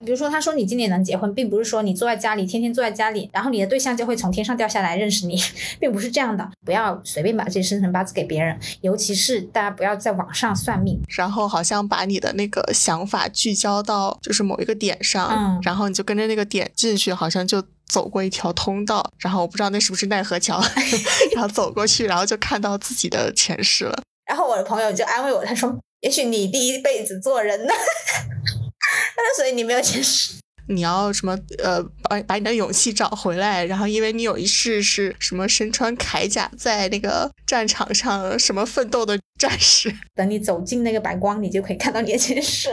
比如说他说你今年能结婚，并不是说你坐在家里天天坐在家里，然后你的对象就会从天上掉下来认识你，并不是这样的。不要随便把自己生辰八字给别人，尤其是大家不要在网上算命， 然后好像把你的那个想法聚焦到就是某一个点上，然后你就跟着那个点进去，好像就走过一条通道，然后我不知道那是不是奈何桥然后走过去，然后就看到自己的前世了。 然后我的朋友就安慰我，他说也许你第一辈子做人呢所以你没有前世， 你要什么把你的勇气找回来，然后因为你有一世是什么身穿铠甲在那个战场上什么奋斗的战士， 等你走进那个白光，你就可以看到你的前世了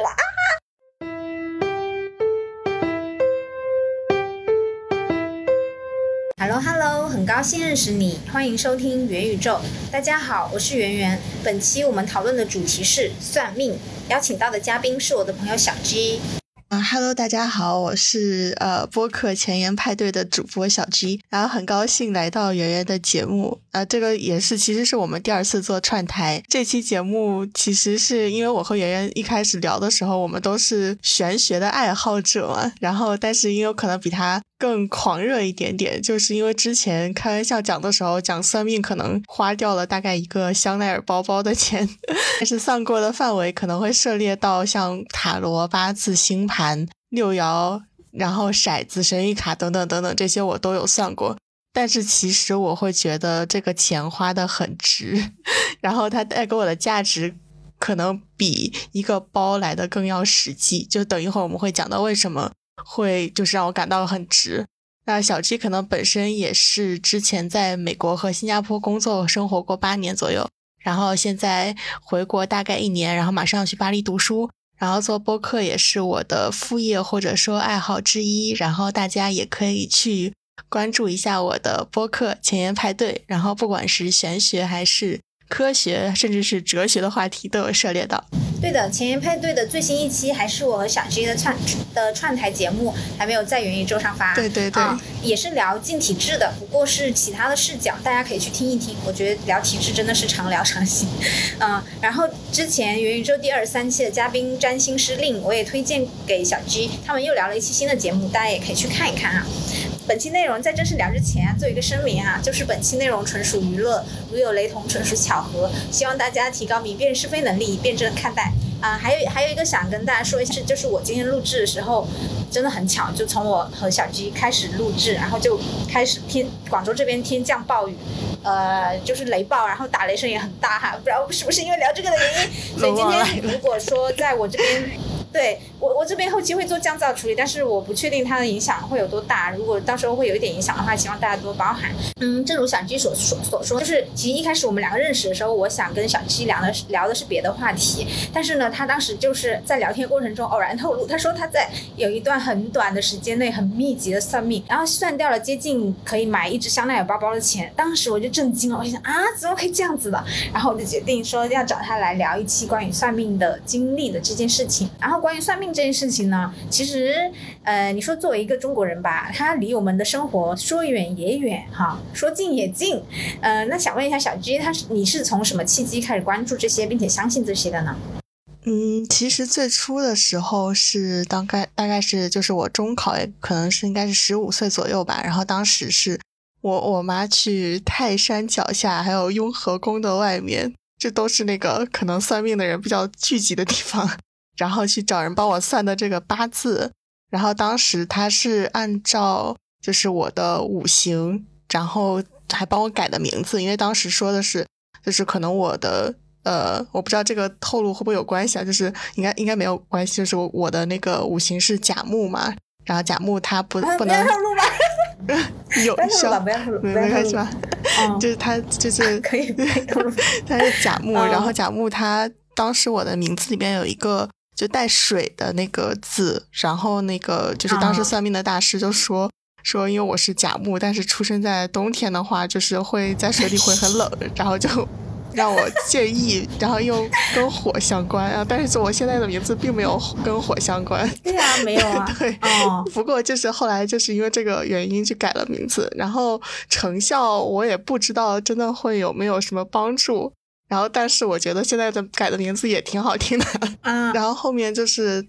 Hello， 很高兴认识你，欢迎收听元宇宙。大家好，我是圆圆。本期我们讨论的主题是算命，邀请到的嘉宾是我的朋友小 G。 Hello， 大家好，我是播客前沿派对的主播小 G， 然后很高兴来到圆圆的节目。这个也是其实是我们第2次做串台。这期节目其实是因为我和圆圆一开始聊的时候，我们都是玄学的爱好者嘛，然后但是因为我可能比他更狂热一点点，就是因为之前开玩笑讲的时候讲算命可能花掉了大概一个香奈儿包包的钱但是算过的范围可能会涉猎到像塔罗、八字、星盘、六爻，然后骰子、神谕卡等等等等，这些我都有算过。但是其实我会觉得这个钱花得很值然后它带给我的价值可能比一个包来的更要实际，就等一会儿我们会讲到为什么会就是让我感到很值。那小 G 可能本身也是之前在美国和新加坡工作生活过8年左右，然后现在回国大概1年，然后马上要去巴黎读书，然后做播客也是我的副业或者说爱好之一，然后大家也可以去关注一下我的播客前沿派对，然后不管是玄学还是科学甚至是哲学的话题都有涉猎到。 对的，前沿派对的最新一期还是我和小 G 的串台节目，还没有在元宇宙上发。 对对对， 也是聊近体质的，不过是其他的视角，大家可以去听一听。我觉得聊体质真的是常聊常新。然后之前元宇宙第23期的嘉宾占星师令，我也推荐给小 G， 他们又聊了一期新的节目，大家也可以去看一看啊。本期内容在正式聊之前做一个声明啊，就是本期内容纯属娱乐，如有雷同纯属巧合，希望大家提高明辨是非能力，辩证看待。还有一个想跟大家说一下，就是我今天录制的时候真的很巧，就从我和小 G 开始录制，然后就开始广州这边天降暴雨，就是雷暴，然后打雷声也很大哈，不知道是不是因为聊这个的原因，所以今天如果说在我这边对我这边后期会做降噪处理，但是我不确定它的影响会有多大，如果到时候会有一点影响的话，希望大家多包涵。正如小 G 所说，就是其实一开始我们2个认识的时候，我想跟小 G 聊的是别的话题，但是呢他当时就是在聊天过程中偶然透露，他说他在有一段很短的时间内很密集的算命，然后算掉了接近可以买一只香奈儿包包的钱。当时我就震惊了，我就想怎么可以这样子的，然后我就决定说要找他来聊一期关于算命的经历的这件事情。然后关于算命这件事情呢，其实你说作为一个中国人吧，他离我们的生活说远也远哈，说近也近。那想问一下小 G， 你是从什么契机开始关注这些并且相信这些的呢？ 其实最初的时候是大概是就是我中考，可能是应该是15岁左右吧，然后当时是我妈去泰山脚下还有雍和宫的外面，这都是那个可能算命的人比较聚集的地方，然后去找人帮我算的这个八字，然后当时他是按照就是我的五行，然后还帮我改的名字，因为当时说的是就是可能我的我不知道这个透露会不会有关系啊，就是应该没有关系，就是我的那个五行是甲木嘛，然后甲木它不能不要透露吧有效不要透露没关系吧就是它就是可以透露它是甲木然后甲木它当时我的名字里面有一个就带水的那个字，然后那个就是当时算命的大师就说因为我是甲木，但是出生在冬天的话就是会在水里会很冷然后就让我建议，然后又跟火相关啊，但是我现在的名字并没有跟火相关。 对啊，没有啊。 对，不过就是后来就是因为这个原因去改了名字，然后成效我也不知道真的会有没有什么帮助，然后但是我觉得现在的改的名字也挺好听的。然后后面就是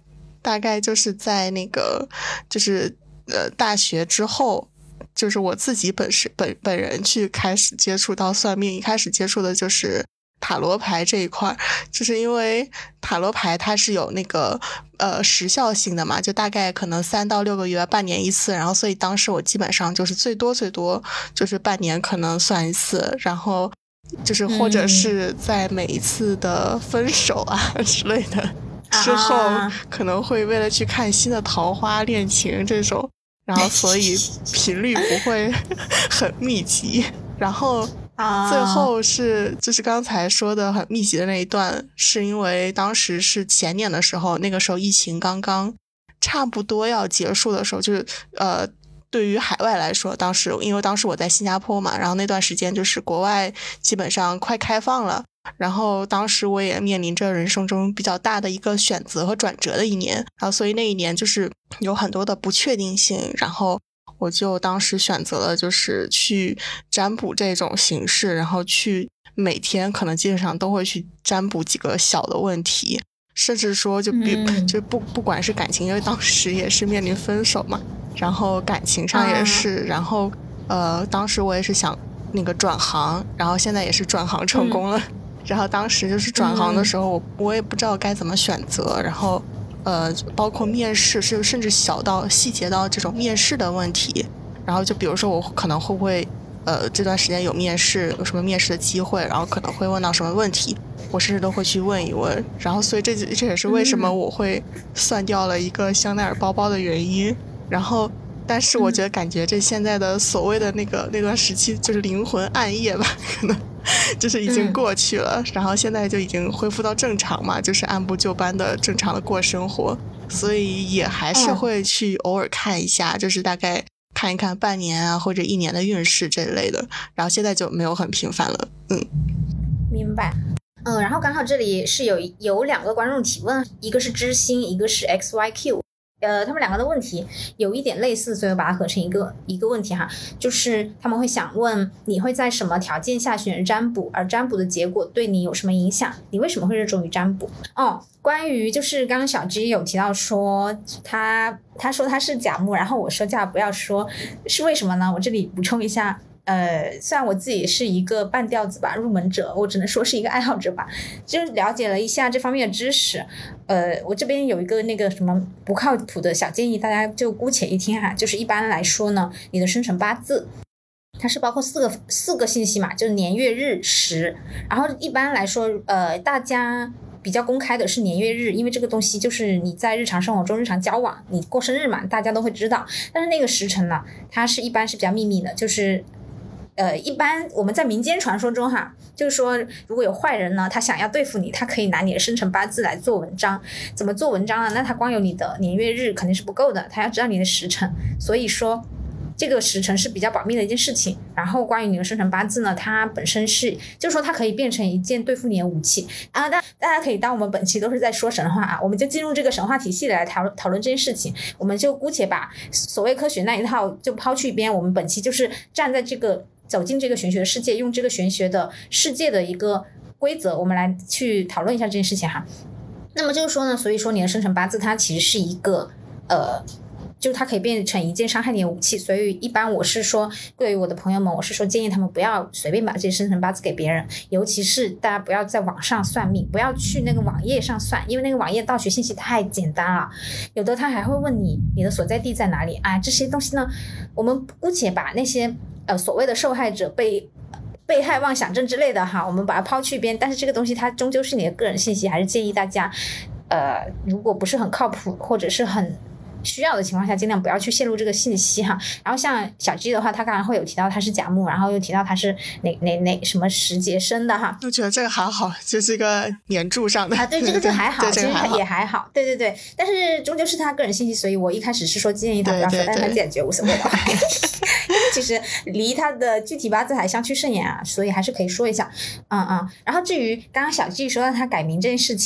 大概就是在那个就是大学之后，就是我自己本人去开始接触到算命，一开始接触的就是塔罗牌这一块，就是因为塔罗牌它是有那个时效性的嘛，就大概可能3到6个月，半年一次，然后所以当时我基本上就是最多就是半年可能算一次，然后就是或者是在每一次的分手啊之类的之后，可能会为了去看新的桃花恋情这种，然后所以频率不会很密集，然后最后就是刚才说的很密集的那一段，是因为当时是前年的时候，那个时候疫情刚刚差不多要结束的时候，就是对于海外来说，因为当时我在新加坡嘛，然后那段时间就是国外基本上快开放了，然后当时我也面临着人生中比较大的一个选择和转折的一年，然后所以那一年就是有很多的不确定性，然后我就当时选择了就是去占卜这种形式，然后去每天可能基本上都会去占卜几个小的问题，甚至说就不管是感情，因为当时也是面临分手嘛，然后感情上也是，然后当时我也是想那个转行，然后现在也是转行成功了，然后当时就是转行的时候我也不知道该怎么选择，然后包括面试，甚至细节到这种面试的问题，然后就比如说我可能会不会这段时间有面试，有什么面试的机会，然后可能会问到什么问题，我甚至都会去问一问，然后所以这也是为什么我会算掉了一个香奈儿包包的原因，然后但是我觉得感觉这现在的所谓的那段时期就是灵魂暗夜吧，可能就是已经过去了，然后现在就已经恢复到正常嘛，就是按部就班的正常的过生活，所以也还是会去偶尔看一下，就是大概看一看半年啊或者1年的运势这类的，然后现在就没有很频繁了。 明白。然后刚好这里是有2个观众提问，一个是知心，一个是 XYQ。他们2个的问题有一点类似，所以我把它合成一个问题哈，就是他们会想问你会在什么条件下选择占卜，而占卜的结果对你有什么影响？你为什么会热衷于占卜？关于就是刚刚小 G 有提到说他说他是甲木，然后我说叫不要说，是为什么呢？我这里补充一下。虽然我自己是一个半吊子吧，入门者，我只能说是一个爱好者吧，就是了解了一下这方面的知识。我这边有一个那个什么不靠谱的小建议，大家就姑且一听哈。就是一般来说呢，你的生辰八字它是包括四个信息嘛，就是年月日时。然后一般来说，大家比较公开的是年月日，因为这个东西就是你在日常生活中日常交往，你过生日嘛，大家都会知道。但是那个时辰呢，它是一般是比较秘密的，就是一般我们在民间传说中哈，就是说如果有坏人呢，他想要对付你，他可以拿你的生辰八字来做文章。怎么做文章呢？那他光有你的年月日肯定是不够的，他要知道你的时辰。所以说这个时辰是比较保密的一件事情。然后关于你的生辰八字呢，它本身是就是说它可以变成一件对付你的武器啊。大家可以当我们本期都是在说神话啊，我们就进入这个神话体系来讨论这件事情。我们就姑且把所谓科学那一套就抛去一边，我们本期就是站在这个走进这个玄学的世界，用这个玄学的世界的一个规则，我们来去讨论一下这件事情哈。那么就是说呢，所以说你的生辰八字它其实是一个就是它可以变成一件伤害你的武器，所以一般我是说对于我的朋友们，我是说建议他们不要随便把这些生辰八字给别人，尤其是大家不要在网上算命，不要去那个网页上算，因为那个网页盗取信息太简单了，有的他还会问你的所在地在哪里这些东西呢，我们姑且把那些所谓的受害者被害妄想症之类的哈，我们把它抛去一边，但是这个东西它终究是你的个人信息，还是建议大家如果不是很靠谱或者是很需要的情况下，尽量不要去泄露这个信息哈。然后像小 G 的话，他刚刚会有提到他是甲木，然后又提到他是哪什么时节生的哈。 我觉得这个还好，就是一个年柱上的对，这个还好，其实也还好，对，但是终究是他个人信息，所以我一开始是说建议他不要说，但是他解决无所谓的话，其实离他的具体八字还相去甚远啊，所以还是可以说一下。然后至于刚刚小 G 说到他改名这件事情，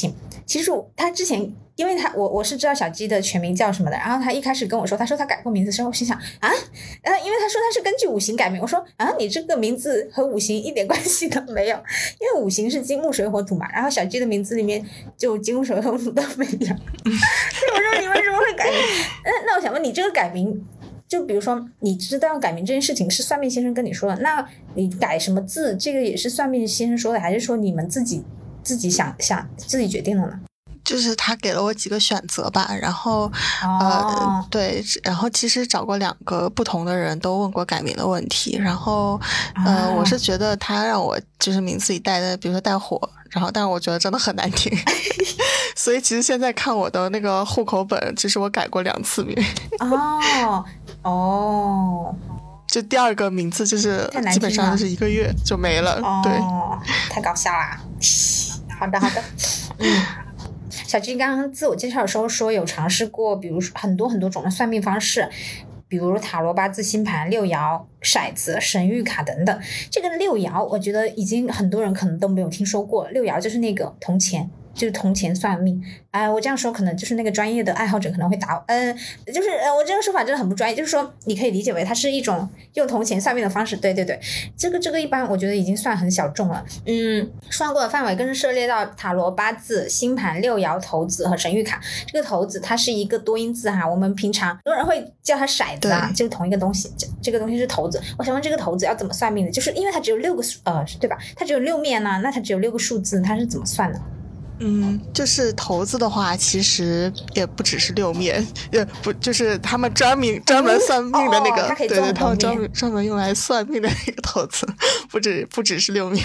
其实他之前，因为我是知道小鸡的全名叫什么的，然后他一开始跟我说，他说他改过名字的时候，我心想啊，因为他说他是根据五行改名，我说啊，你这个名字和五行一点关系都没有，因为五行是金木水火土嘛，然后小鸡的名字里面就金木水火土都没有，所以我说你为什么会改名？那我想问你，这个改名，就比如说你知道改名这件事情是算命先生跟你说的，那你改什么字，这个也是算命先生说的，还是说你们自己想自己决定的呢？ 就是他给了我几个选择吧，然后对，然后其实找过2个不同的人都问过改名的问题，然后我是觉得他让我就是名字里带的，比如说带火，然后但是我觉得真的很难听所以其实现在看我的那个户口本，其实我改过2次名就第2个名字就是基本上就是1个月就没了对， 太搞笑啦好的小鸡刚刚自我介绍的时候说有尝试过比如说很多种的算命方式，比如塔罗、八字、星盘、六爻、骰子、神谕卡等等。这个六爻我觉得已经很多人可能都没有听说过，六爻就是那个铜钱，就是铜钱算命。我这样说可能就是那个专业的爱好者可能会打就是我这个说法真的很不专业，就是说你可以理解为它是一种用铜钱算命的方式。对，这个一般我觉得已经算很小众了。算过的范围更是涉猎到塔罗、八字、星盘、六爻、骰子和神谕卡。这个骰子它是一个多音字哈，我们平常很多人会叫它骰子啊，就是同一个东西，这个东西是骰子。我想问这个骰子要怎么算命的？就是因为它只有6个对吧？它只有6面呢，那它只有6个数字，它是怎么算的？ 就是骰子的话，其实也不只是6面，也不就是他们专门算命的那个，对，他们专门用来算命的那个骰子，不只是6面。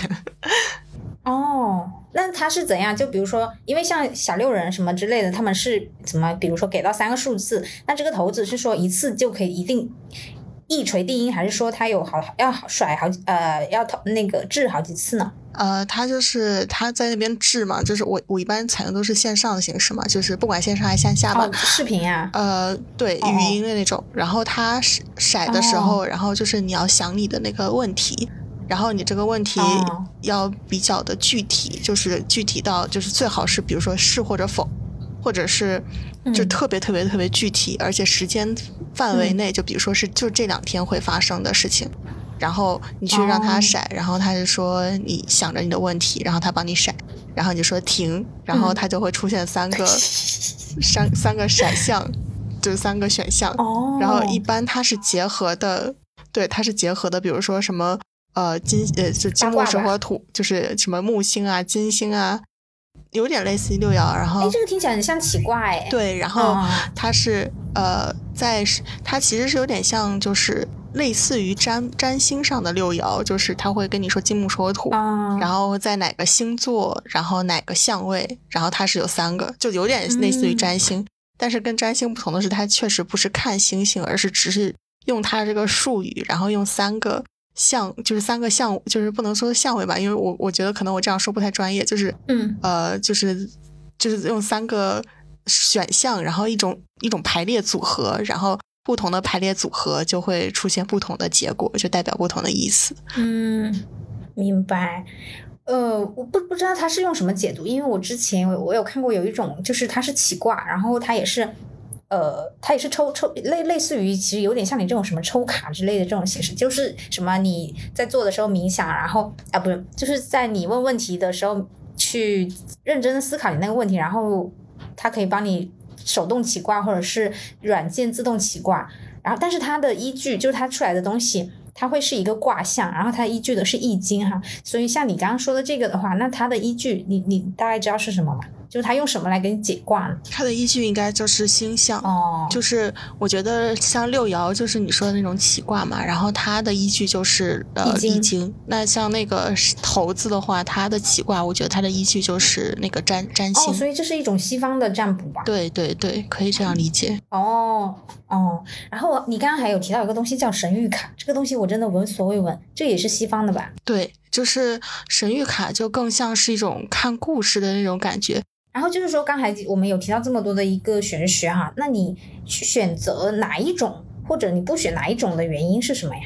那它是怎样？就比如说，因为像小六人什么之类的，他们是怎么？比如说给到3个数字，那这个骰子是说一次就可以一定一锤定音，还是说它有要甩要那个掷好几次呢？ 他就是他在那边掷嘛，就是我一般采用都是线上的形式嘛，就是不管线上还是线下吧。 视频啊？ 对，语音的那种。然后他骰的时候，然后就是你要想你的那个问题，然后你这个问题要比较的具体，就是具体到就是最好是比如说是或者否，或者是就特别具体，而且时间范围内，就比如说是就这2天会发生的事情。然后你去让他骰，然后他就说你想着你的问题，然后他帮你骰，然后你就说停，然后他就会出现3个骰项，就是3个选项。然后一般它是结合的，对，它是结合的，比如说什么就金木水火土，就是什么木星啊、金星啊，有点类似于6爻。然后这个听起来很像起卦哎。 对，然后它是它其实是有点像就是类似于占星上的6爻，就是他会跟你说金木水火土，然后在哪个星座，然后哪个相位，然后它是有3个，就有点类似于占星。但是跟占星不同的是，它确实不是看星星，而是只是用它这个术语，然后用3个就是3个相，就是不能说相位吧，因为我觉得可能我这样说不太专业，就是就是用3个选项，然后一种排列组合，然后不同的排列组合就会出现不同的结果，就代表不同的意思。 明白。我不知道他是用什么解读，因为我之前我有看过有一种就是它是起卦，然后它也是抽类似于其实有点像你这种什么抽卡之类的这种形式，就是什么你在做的时候冥想，然后不是，就是在你问问题的时候去认真的思考你那个问题，然后它可以帮你手动起卦或者是软件自动起卦，然后但是它的依据就是它出来的东西它会是一个卦象，然后它依据的是易经哈，所以像你刚刚说的这个的话，那它的依据你大概知道是什么吗？就是它用什么来给你解卦呢？ 它的依据应该就是星象就是我觉得像6爻就是你说的那种起卦嘛，然后它的依据就是易经。那像那个骰子的话，它的起卦我觉得它的依据就是那个占星。 所以这是一种西方的占卜吧？ 对，可以这样理解。 然后你刚刚还有提到一个东西叫神谕卡，这个东西我真的闻所未闻，这也是西方的吧？ 对，就是神谕卡就更像是一种看故事的那种感觉。 然后就是说刚才我们有提到这么多的一个玄学哈，那你选择哪一种或者你不选哪一种的原因是什么呀？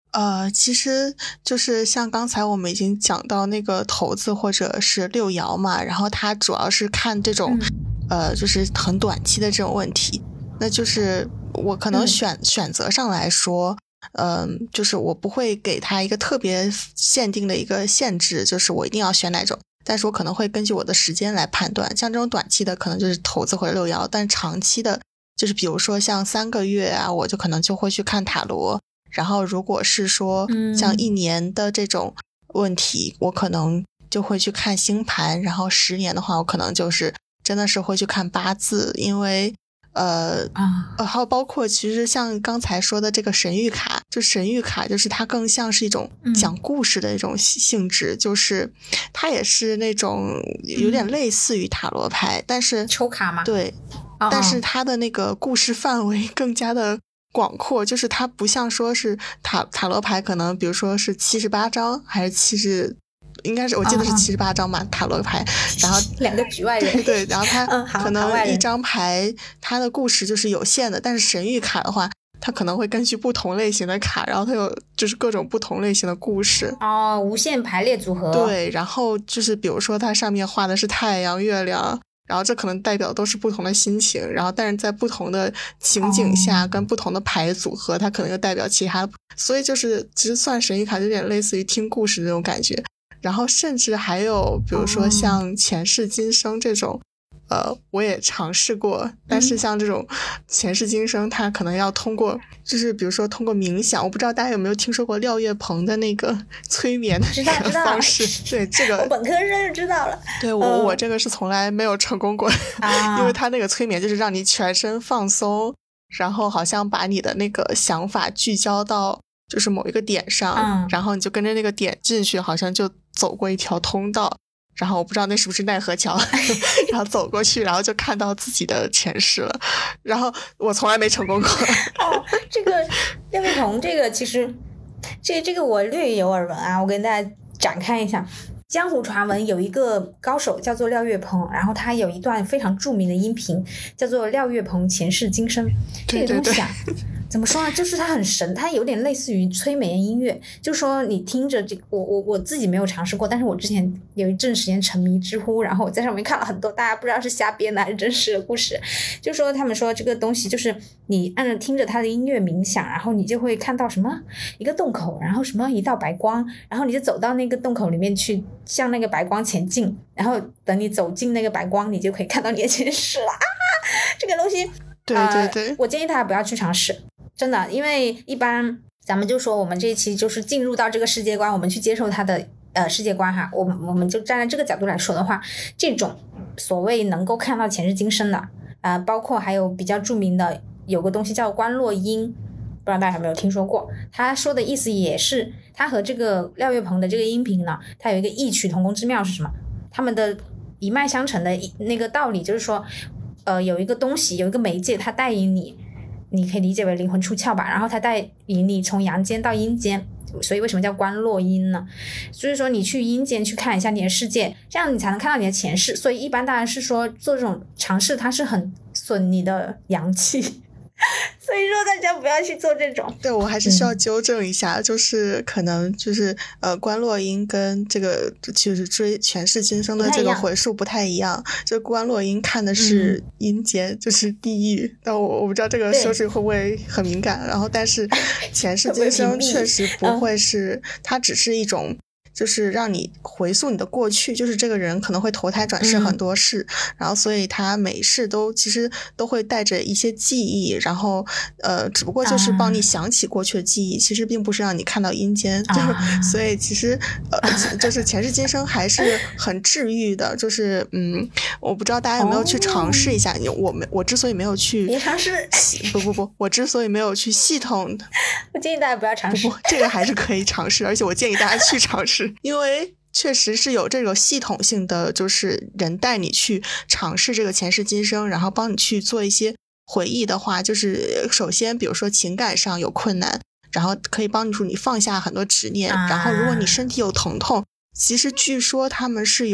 其实就是像刚才我们已经讲到那个骰子或者是六爻嘛，然后它主要是看这种就是很短期的这种问题。那就是我可能选择上来说，就是我不会给它一个特别限定的一个限制，就是我一定要选哪种，但是我可能会根据我的时间来判断。像这种短期的可能就是骰子或者六爻，但长期的就是比如说像3个月啊，我就可能就会去看塔罗。然后如果是说像1年的这种问题，我可能就会去看星盘。然后10年的话，我可能就是真的是会去看八字。因为还有包括其实像刚才说的这个神谕卡，就神谕卡就是它更像是一种讲故事的一种性质，就是它也是那种有点类似于塔罗牌，但是抽卡吗？ 对，但是它的那个故事范围更加的广阔，就是它不像说是塔罗牌可能比如说是78张还是应该是我记得是78张吧，塔罗牌，然后 2个局外人， 对，然后它可能一张牌它的故事就是有限的，但是神谕卡的话，它可能会根据不同类型的卡，然后它有就是各种不同类型的故事无限排列组合。 对，然后就是比如说它上面画的是太阳月亮，然后这可能代表都是不同的心情，然后但是在不同的情景下跟不同的牌组合，它可能又代表其他，所以就是其实算神谕卡有点类似于听故事那种感觉。然后甚至还有比如说像前世今生这种我也尝试过，但是像这种前世今生它可能要通过就是比如说通过冥想，我不知道大家有没有听说过廖月鹏的那个催眠的那个方式。对，这个我本科生就知道了。 对，我这个是从来没有成功过因为他那个催眠就是让你全身放松，然后好像把你的那个想法聚焦到就是某一个点上，然后你就跟着那个点进去，好像就走过一条通道，然后我不知道那是不是奈何桥然后走过去，然后就看到自己的前世了，然后我从来没成功过这个廖月鹏这个其实这个我略有耳闻啊，我跟大家展开一下。江湖传闻有一个高手叫做廖月鹏，然后他有一段非常著名的音频叫做廖月鹏前世今生。这个东西啊怎么说呢，就是它很神，它有点类似于催眠音乐，就是说你听着这个我自己没有尝试过，但是我之前有一阵时间沉迷知乎，然后我在上面看了很多大家不知道是瞎编的还是真实的故事，就说他们说这个东西就是你按着听着它的音乐冥想，然后你就会看到什么一个洞口，然后什么一道白光，然后你就走到那个洞口里面去，向那个白光前进，然后等你走进那个白光，你就可以看到你的前世了这个东西对对对， 我建议大家不要去尝试，真的，因为一般咱们就说我们这一期就是进入到这个世界观，我们去接受它的世界观哈，我们就站在这个角度来说的话，这种所谓能够看到前世今生的包括还有比较著名的有个东西叫观落阴，不知道大家有没有听说过。他说的意思也是，他和这个廖月鹏的这个音频呢，他有一个异曲同工之妙是什么？他们的一脉相承的那个道理就是说有一个东西，有一个媒介，它带引你可以理解为灵魂出窍吧，然后它带引你从阳间到阴间，所以为什么叫观落阴呢？所以说你去阴间去看一下你的世界，这样你才能看到你的前世。所以一般大家是说做这种尝试，它是很损你的阳气所以说大家不要去做这种。 对，我还是需要纠正一下，就是可能就是观落阴跟这个就是追前世今生的这个回数不太一样。就观落阴看的是阴间，就是地狱。但我不知道这个说是会不会很敏感。然后但是前世今生确实不会是，它只是一种。就是让你回溯你的过去，就是这个人可能会投胎转世很多世，然后所以他每世都其实都会带着一些记忆，然后只不过就是帮你想起过去的记忆，其实并不是让你看到阴间，就是所以其实就是前世今生还是很治愈的，就是我不知道大家有没有去尝试一下，我之所以没有去别尝试， 不，我之所以没有去系统， 我建议大家不要尝试， 不，这个还是可以尝试，而且我建议大家去尝试。因为确实是有这种系统性的，就是人带你去尝试这个前世今生，然后帮你去做一些回忆的话，就是首先比如说情感上有困难，然后可以帮助你放下很多执念，然后如果你身体有疼痛，其实据说他们是有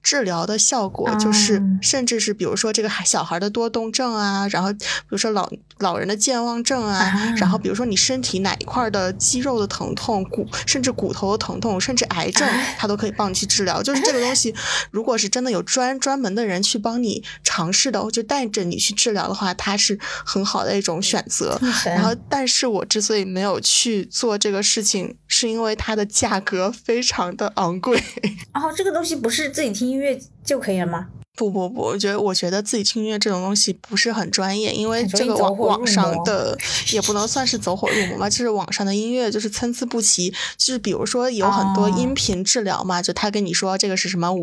治疗的效果，就是甚至是比如说这个小孩的多动症啊，然后比如说老人的健忘症啊，然后比如说你身体哪一块的肌肉的疼痛，甚至骨头的疼痛，甚至癌症，它都可以帮你去治疗。就是这个东西，如果是真的有专门的人去帮你尝试的，就带着你去治疗的话，它是很好的一种选择。然后，但是我之所以没有去做这个事情，是因为它的价格非常的昂贵。 这个东西不是自己听音乐就可以了吗？ 不，我觉得自己听音乐这种东西不是很专业，因为这个网上的也不能算是走火入魔嘛，就是网上的音乐就是参差不齐，就是比如说有很多音频治疗嘛，就他跟你说这个是什么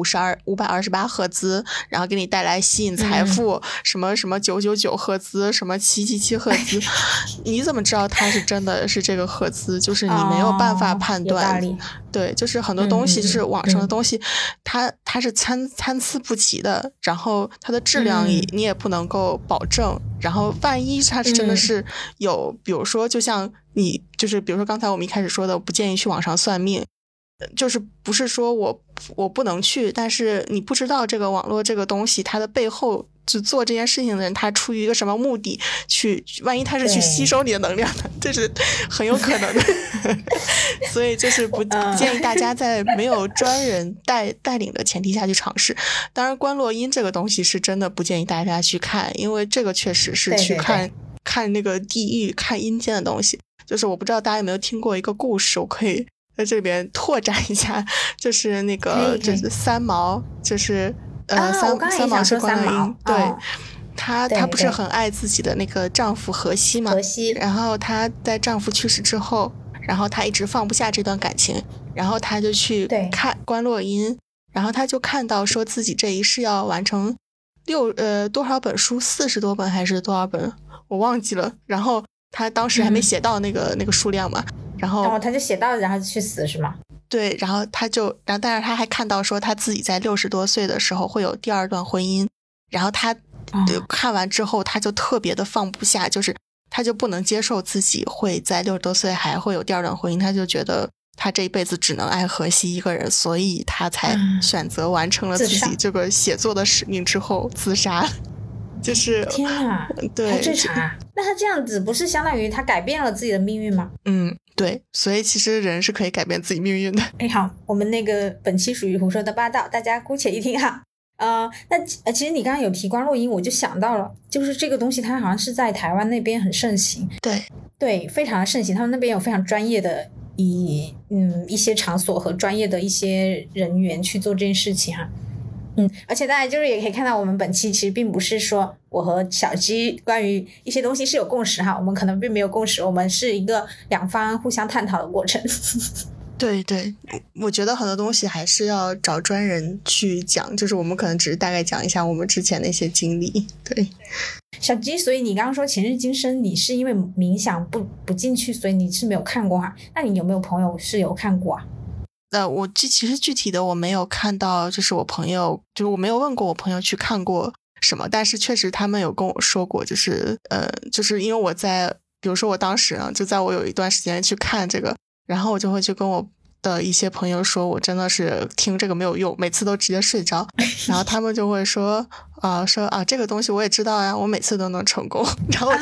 528赫兹，然后给你带来吸引财富，什么什么999赫兹，什么777赫兹，你怎么知道它是真的是这个赫兹？就是你没有办法判断。对，就是很多东西，就是网上的东西，它是参差不齐的，然后它的质量你也不能够保证，然后万一它是真的是有，比如说就像你就是比如说刚才我们一开始说的，不建议去网上算命，就是不是说我不能去，但是你不知道这个网络这个东西它的背后就做这件事情的人，他出于一个什么目的去，万一他是去吸收你的能量的，这是很有可能的。所以就是不建议大家在没有专人带领的前提下去尝试。当然观落阴这个东西是真的不建议大家去看，因为这个确实是去看那个地狱看阴间的东西。就是我不知道大家有没有听过一个故事，我可以在这边拓展一下，就是那个就是三毛，就是三毛是观落阴，对。她不是很爱自己的那个丈夫荷西嘛？然后她在丈夫去世之后，然后她一直放不下这段感情，然后她就去看观落阴，然后她就看到说自己这一世要完成多少本书，40多本还是多少本，我忘记了。然后她当时还没写到那个数量嘛，然后她就写到，然后去死是吗？ 对，然后但是她还看到说她自己在60多岁的时候会有第2段婚姻，然后她看完之后他就特别的放不下，就是他就不能接受自己会在60多岁还会有第2段婚姻，他就觉得他这一辈子只能爱荷西一个人，所以他才选择完成了自己这个写作的使命之后自杀。就是天哪， 对， 还自杀？那他这样子不是相当于他改变了自己的命运吗？ 对，所以其实人是可以改变自己命运的。 好，我们那个本期属于胡说的八道，大家姑且一听哈。那其实你刚刚有提观落阴，我就想到了，就是这个东西它好像是在台湾那边很盛行，对，非常的盛行，他们那边有非常专业的一些场所和专业的一些人员去做这件事情哈。而且大家就是也可以看到，我们本期其实并不是说我和小鸡关于一些东西是有共识哈，我们可能并没有共识，我们是一个两方互相探讨的过程。 对，我觉得很多东西还是要找专人去讲，就是我们可能只是大概讲一下我们之前的一些经历。对， 小鸡，所以你刚刚说前世今生，你是因为冥想不进去，所以你是没有看过哈？那你有没有朋友是有看过啊？ 我其实具体的我没有看到，就是我朋友，就是我没有问过我朋友去看过什么，但是确实他们有跟我说过，就是因为我在，比如说我当时就在我有一段时间去看这个，然后我就会去跟我的一些朋友说，我真的是听这个没有用，每次都直接睡着，然后他们就会说这个东西我也知道呀，我每次都能成功，然后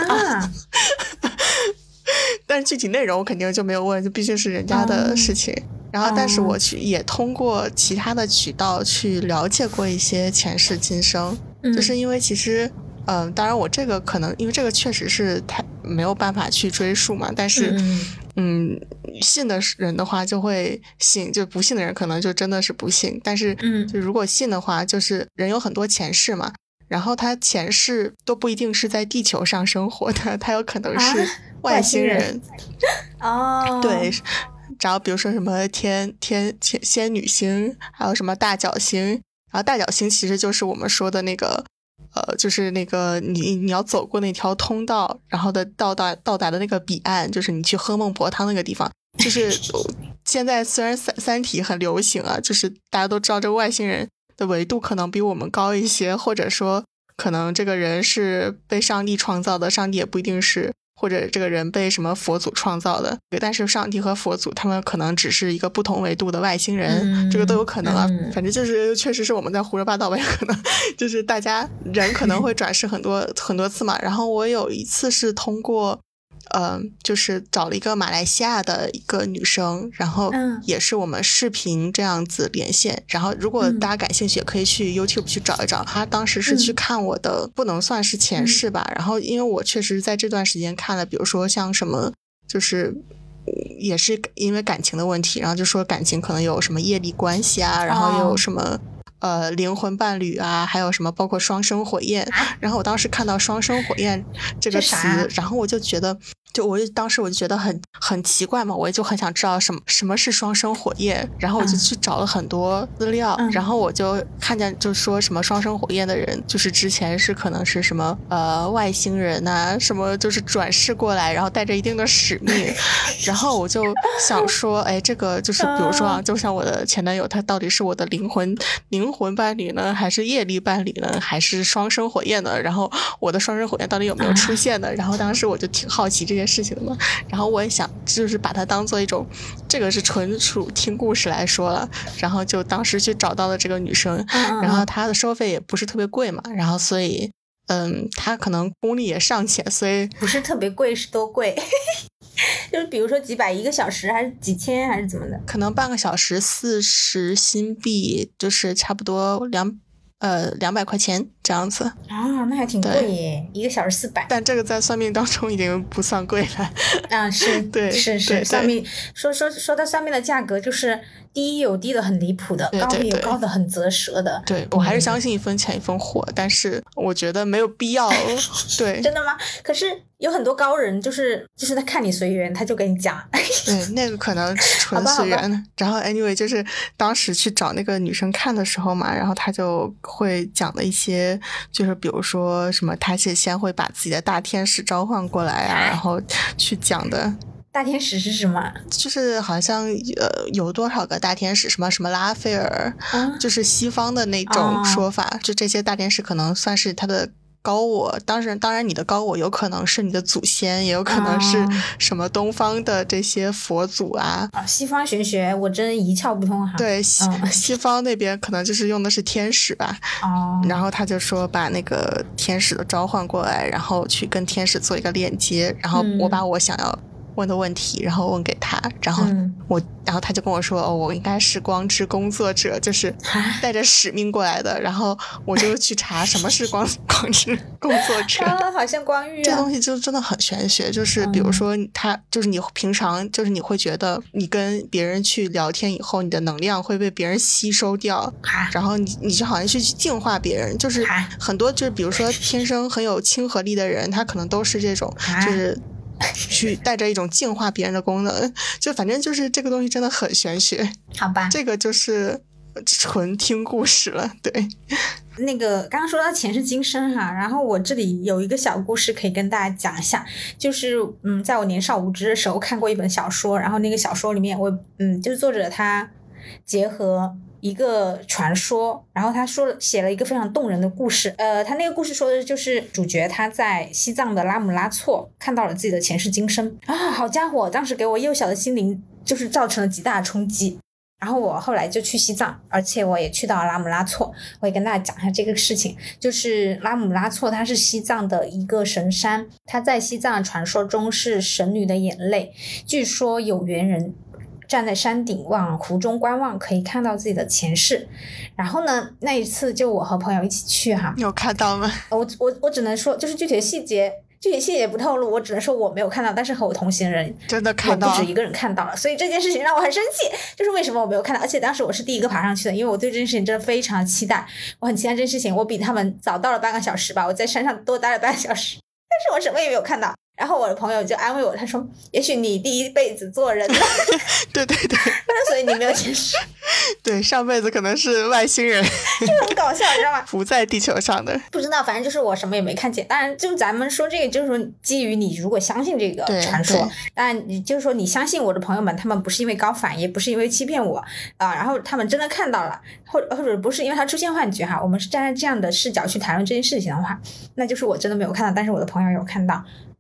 但是具体内容我肯定就没有问，就毕竟是人家的事情。然后但是我也通过其他的渠道去了解过一些前世今生，就是因为其实当然我这个可能因为这个确实是太没有办法去追溯嘛，但是信的人的话就会信，就不信的人可能就真的是不信，但是就如果信的话，就是人有很多前世嘛，然后他前世都不一定是在地球上生活的，他有可能是外星人。对，然后比如说什么仙女星，还有什么大角星，然后大角星其实就是我们说的那个就是那个你要走过那条通道，然后到达的那个彼岸，就是你去喝孟婆汤那个地方。就是现在虽然三体很流行啊，就是大家都知道这个外星人的维度可能比我们高一些，或者说可能这个人是被上帝创造的，上帝也不一定是或者这个人被什么佛祖创造的，但是上帝和佛祖他们可能只是一个不同维度的外星人，这个都有可能啊。反正就是确实是我们在胡说八道吧，也可能就是大家人可能会转世很多很多次嘛。然后我有一次是通过就是找了一个马来西亚的一个女生，然后也是我们视频这样子连线，然后如果大家感兴趣也可以去 YouTube 去找一找，她当时是去看我的不能算是前世吧，然后因为我确实在这段时间看了比如说像什么就是也是因为感情的问题，然后就说感情可能有什么业力关系啊，然后又有什么灵魂伴侣啊，还有什么包括双生火焰，然后我当时看到双生火焰这个词，然后我就觉得当时我就觉得很奇怪嘛，我就很想知道什么是双生火焰，然后我就去找了很多资料，然后我就看见就说什么双生火焰的人就是之前是可能是什么外星人啊，什么就是转世过来，然后带着一定的使命，然后我就想说哎，这个就是比如说啊，就像我的前男友他到底是我的灵魂伴侣呢，还是业力伴侣呢，还是双生火焰呢？然后我的双生火焰到底有没有出现呢？然后当时我就挺好奇这件事情的嘛，然后我也想就是把它当做一种，这个是纯属听故事来说了，然后就当时去找到了这个女生，然后她的收费也不是特别贵嘛，然后所以她可能功力也尚浅，所以不是特别贵是多贵？就是比如说几百一个小时还是几千还是怎么的？ 可能半个小时40新币，就是差不多200块钱这样子啊，那还挺贵耶，一个小时400。 但这个在算命当中已经不算贵了。 啊，是， 对， 是算命说到算命的价格，就是低有低的很离谱的，高有高的很啧舌的。 对，我还是相信一分钱一分货，但是我觉得没有必要。对， 真的吗？可是有很多高人，就是他看你随缘，他就给你讲。 对，那个可能纯随缘。然后 anyway 就是当时去找那个女生看的时候嘛，然后他就会讲的一些，就是比如说什么，他是先会把自己的大天使召唤过来啊，然后去讲的。 大天使是什么？ 就是好像有多少个大天使，什么什么拉斐尔，就是西方的那种说法，就这些大天使可能算是他的高我，当然你的高我有可能是你的祖先，也有可能是什么东方的这些佛祖啊。 西方玄学我真一窍不通哈。 对，西方那边可能就是用的是天使吧。然后他就说把那个天使的召唤过来，然后去跟天使做一个链接，然后我把我想要问的问题然后问给他，然后他就跟我说我应该是光之工作者，就是带着使命过来的，然后我就去查什么是光之工作者。 好像光遇这东西就真的很玄学，就是比如说他就是你平常就是你会觉得你跟别人去聊天以后，你的能量会被别人吸收掉，然后你就好像去净化别人，就是很多就是比如说天生很有亲和力的人，他可能都是这种就是去带着一种净化别人的功能，就反正就是这个东西真的很玄学。 好吧， 这个就是纯听故事了。对， 那个刚刚说到前世今生哈，然后我这里有一个小故事可以跟大家讲一下，就是在我年少无知的时候看过一本小说，然后那个小说里面就是作者他结合一个传说，然后他写了一个非常动人的故事。他那个故事说的就是主角他在西藏的拉姆拉措看到了自己的前世今生啊，好家伙，当时给我幼小的心灵就是造成了极大的冲击。然后我后来就去西藏，而且我也去到了拉姆拉措，我也跟大家讲一下这个事情。就是拉姆拉措它是西藏的一个神山，它在西藏的传说中是神女的眼泪，据说有缘人站在山顶往湖中观望，可以看到自己的前世。然后呢，那一次就我和朋友一起去哈， 你有看到吗？ 我只能说就是具体细节不透露，我只能说我没有看到，但是和我同行人真的看到了， 不止一个人看到了，所以这件事情让我很生气，就是为什么我没有看到，而且当时我是第一个爬上去的，因为我对这件事情真的非常期待，我很期待这件事情，我比他们早到了半个小时吧，我在山上多待了半个小时，但是我什么也没有看到。然后我的朋友就安慰我，他说也许你第一辈子做人了对对对， 所以你没有前世对，上辈子可能是外星人就很搞笑你知道吗？ 不在地球上的， 不知道，反正就是我什么也没看见。当然就是咱们说这个就是说基于你如果相信这个传说，当然你就是说你相信我的朋友们他们不是因为高反也不是因为欺骗我然后他们真的看到了或者不是因为他出现幻觉哈，我们是站在这样的视角去谈论这件事情的话，那就是我真的没有看到，但是我的朋友有看到。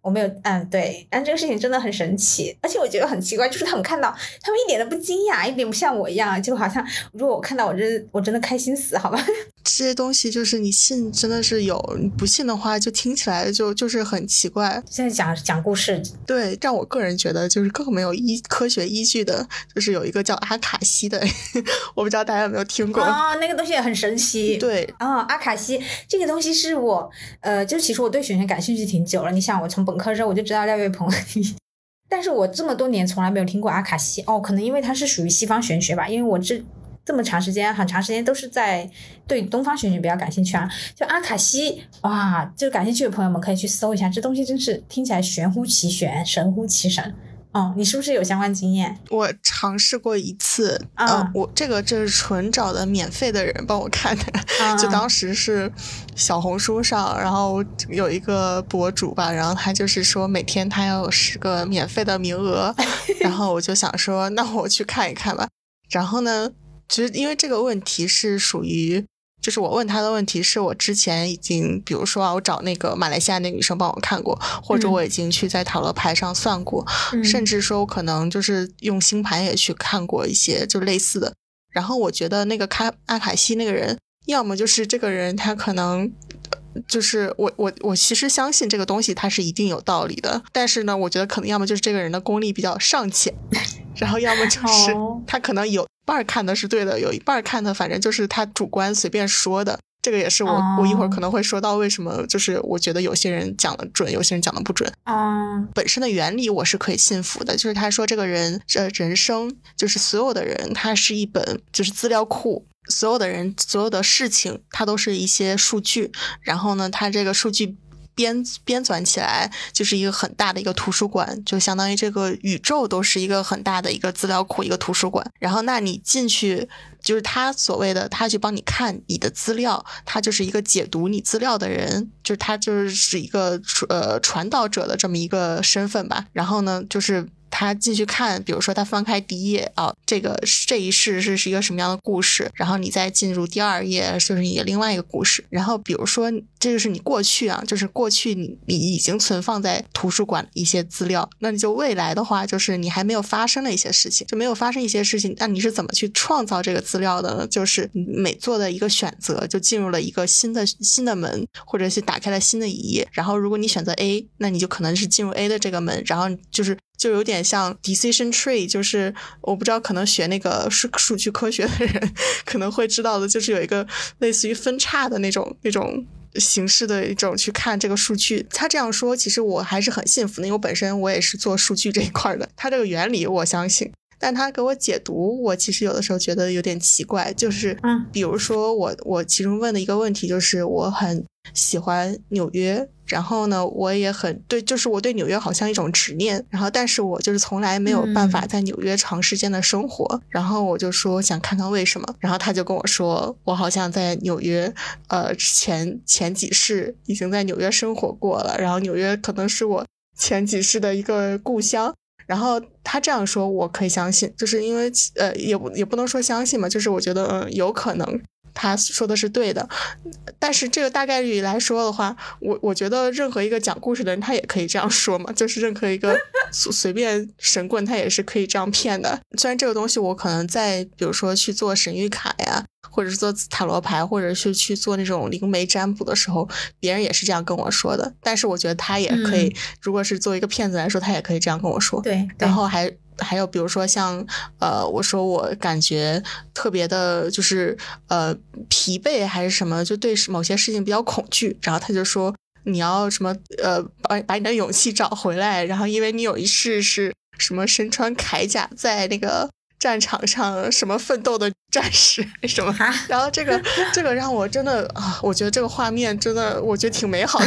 我没有，对，但这个事情真的很神奇，而且我觉得很奇怪，就是他们看到，他们一点都不惊讶，一点不像我一样，就好像如果我看到我真的开心死，好吧？ 这些东西就是你信真的是有，你不信的话就听起来就是很奇怪。 现在讲故事， 对，让我个人觉得就是更没有科学依据的，就是有一个叫阿卡西的，我不知道大家有没有听过那个东西也很神奇。 对阿卡西这个东西是我就其实我对玄学感兴趣挺久了，你想我从本科时候我就知道廖月鹏但是我这么多年从来没有听过阿卡西可能因为它是属于西方玄学吧，因为我这么很长时间都是在对东方玄学比较感兴趣啊。就阿卡西哇，就感兴趣的朋友们可以去搜一下，这东西真是听起来玄乎其玄，神乎其神。你是不是有相关经验？ 我尝试过一次我这是纯找的免费的人帮我看的就当时是小红书上，然后有一个博主吧，然后他就是说每天他要有10个免费的名额然后我就想说那我去看一看吧。然后呢，其实因为这个问题是属于就是我问他的问题是我之前已经比如说我找那个马来西亚那个女生帮我看过，或者我已经去在塔罗牌上算过甚至说我可能就是用星盘也去看过一些就类似的。然后我觉得那个阿卡西那个人要么就是这个人他可能就是我其实相信这个东西它是一定有道理的，但是呢我觉得可能要么就是这个人的功力比较尚浅然后要么就是他可能有一半看的是对的，有一半看的反正就是他主观随便说的。这个也是我一会儿可能会说到为什么就是我觉得有些人讲的准，有些人讲的不准本身的原理我是可以信服的，就是他说这个人人生就是所有的人他是一本就是资料库，所有的人所有的事情它都是一些数据，然后呢它这个数据编纂起来就是一个很大的一个图书馆，就相当于这个宇宙都是一个很大的一个资料库，一个图书馆。然后那你进去就是他所谓的他去帮你看你的资料，他就是一个解读你资料的人，就是他就是一个传导者的这么一个身份吧。然后呢就是他进去看，比如说他翻开第一页这一世是一个什么样的故事，然后你再进入第2页就是你的另外一个故事。然后比如说这就是你过去就是过去你已经存放在图书馆的一些资料，那你就未来的话就是你还没有发生的一些事情，就没有发生一些事情，那你是怎么去创造这个资料的呢？就是你每做的一个选择就进入了一个新的门，或者是打开了新的一页，然后如果你选择 A 那你就可能是进入 A 的这个门，然后就有点像 decision tree， 就是我不知道可能学那个数据科学的人可能会知道的，就是有一个类似于分叉的那种形式的一种去看这个数据。他这样说其实我还是很信服的，因为我本身我也是做数据这一块的，他这个原理我相信，但他给我解读我其实有的时候觉得有点奇怪。就是比如说我其中问的一个问题就是我很喜欢纽约，然后呢我也很对，就是我对纽约好像一种执念，然后但是我就是从来没有办法在纽约长时间的生活然后我就说想看看为什么，然后他就跟我说我好像在纽约前几世已经在纽约生活过了，然后纽约可能是我前几世的一个故乡。然后他这样说我可以相信，就是因为也不能说相信嘛，就是我觉得有可能他说的是对的。但是这个大概率来说的话，我觉得任何一个讲故事的人他也可以这样说嘛，就是任何一个随便神棍他也是可以这样骗的。虽然这个东西我可能在比如说去做神谕卡呀，或者是做塔罗牌，或者是去做那种灵媒占卜的时候，别人也是这样跟我说的，但是我觉得他也可以如果是作为一个骗子来说他也可以这样跟我说。 对， 然后还有比如说像我说我感觉特别的就是疲惫还是什么，就对某些事情比较恐惧，然后他就说你要什么把你的勇气找回来，然后因为你有一世是什么身穿铠甲在那个战场上什么奋斗的战士什么，然后这个让我真的我觉得这个画面真的我觉得挺美好的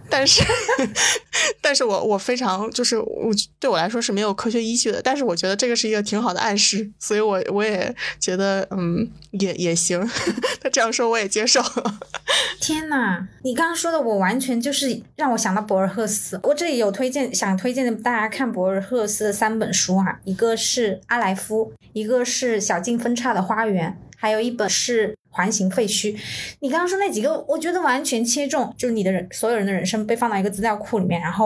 但是我非常就是对我来说是没有科学依据的，但是我觉得这个是一个挺好的暗示，所以我也觉得也行他这样说我也接受天哪，你刚刚说的我完全就是让我想到博尔赫斯。我这里有想推荐大家看博尔赫斯的3本书一个是阿莱夫，一个是小径分叉的花园，还有一本是环形废墟。你刚刚说那几个我觉得完全切中，就是你的所有人的人生被放到一个资料库里面，然后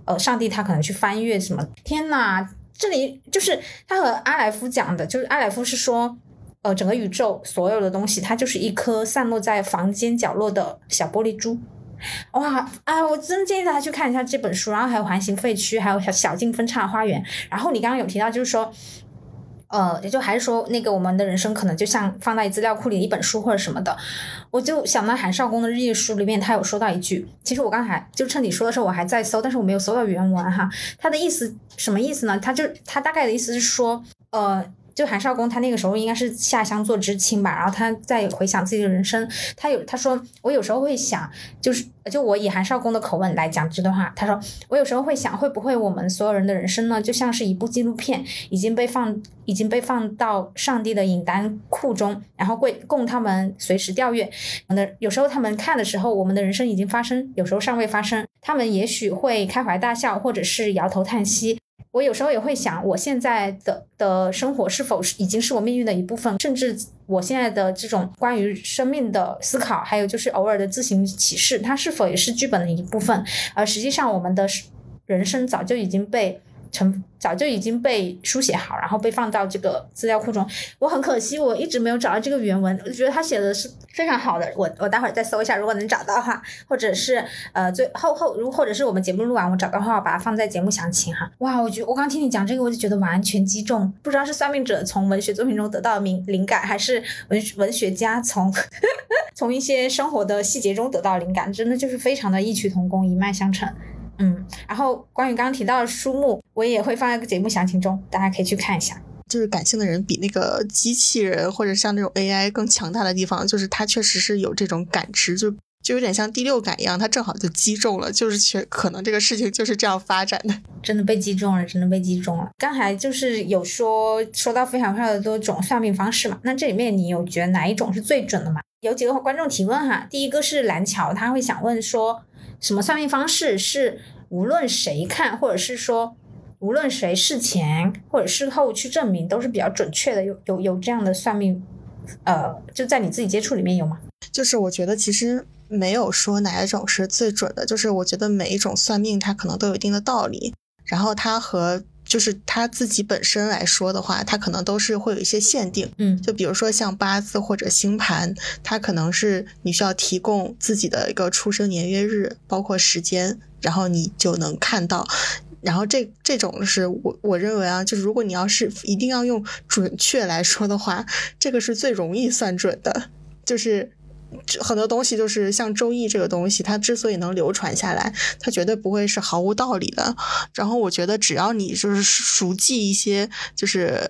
上帝他可能去翻阅什么，天哪，这里就是他和阿莱夫讲的，就是阿莱夫是说整个宇宙所有的东西它就是一颗散落在房间角落的小玻璃珠。哇啊！我真建议大家去看一下这本书，然后还有环形废墟，还有小径分叉的花园。然后你刚刚有提到就是说也就还是说那个我们的人生可能就像放在资料库里的一本书或者什么的，我就想到韩少功的日夜书里面他有说到一句，其实我刚才就趁你说的时候我还在搜，但是我没有搜到原文哈。他的意思什么意思呢？他大概的意思是说就韩少功他那个时候应该是下乡做知青吧，然后他在回想自己的人生，他说我有时候会想，就我以韩少功的口吻来讲这段话，他说我有时候会想，会不会我们所有人的人生呢，就像是一部纪录片，已经被放到上帝的影单库中，然后供他们随时调阅。有时候他们看的时候，我们的人生已经发生，有时候尚未发生，他们也许会开怀大笑，或者是摇头叹息。我有时候也会想，我现在的生活是否已经是我命运的一部分，甚至我现在的这种关于生命的思考，还有就是偶尔的自行启示，它是否也是剧本的一部分。而实际上我们的人生早就已经被书写好，然后被放到这个资料库中。我很可惜我一直没有找到这个原文，我觉得他写的是非常好的，我待会儿再搜一下，如果能找到的话，或者是或者是我们节目录完我找到的话，我把它放在节目详情哈。哇，我刚听你讲这个我就觉得完全击中，不知道是算命者从文学作品中得到灵感，还是文学家从一些生活的细节中得到灵感，真的就是非常的异曲同工，一脉相承。然后关于刚刚提到的书目，我也会放在节目详情中，大家可以去看一下。 就是感性的人比那个机器人或者像这种 AI 更强大的地方，就是它确实是有这种感知，就有点像第六感一样，它正好就击中了，就是可能这个事情就是这样发展的。 真的被击中了。刚才就是有说到非常非常的多种算命方式嘛，那这里面你有觉得哪一种是最准的吗？有几个观众提问哈，第一个是蓝桥，他会想问说什么算命方式是无论谁看，或者是说无论谁事前或者事后去证明都是比较准确的，有这样的算命就在你自己接触里面有吗？ 就是我觉得其实没有说哪一种是最准的，就是我觉得每一种算命它可能都有一定的道理，然后它和就是他自己本身来说的话，他可能都是会有一些限定，就比如说像八字或者星盘，它可能是你需要提供自己的一个出生年月日，包括时间，然后你就能看到。然后这种是我认为啊，就是如果你要是一定要用准确来说的话，这个是最容易算准的，就是很多东西就是像周易这个东西，它之所以能流传下来，它绝对不会是毫无道理的。然后我觉得只要你就是熟记一些就是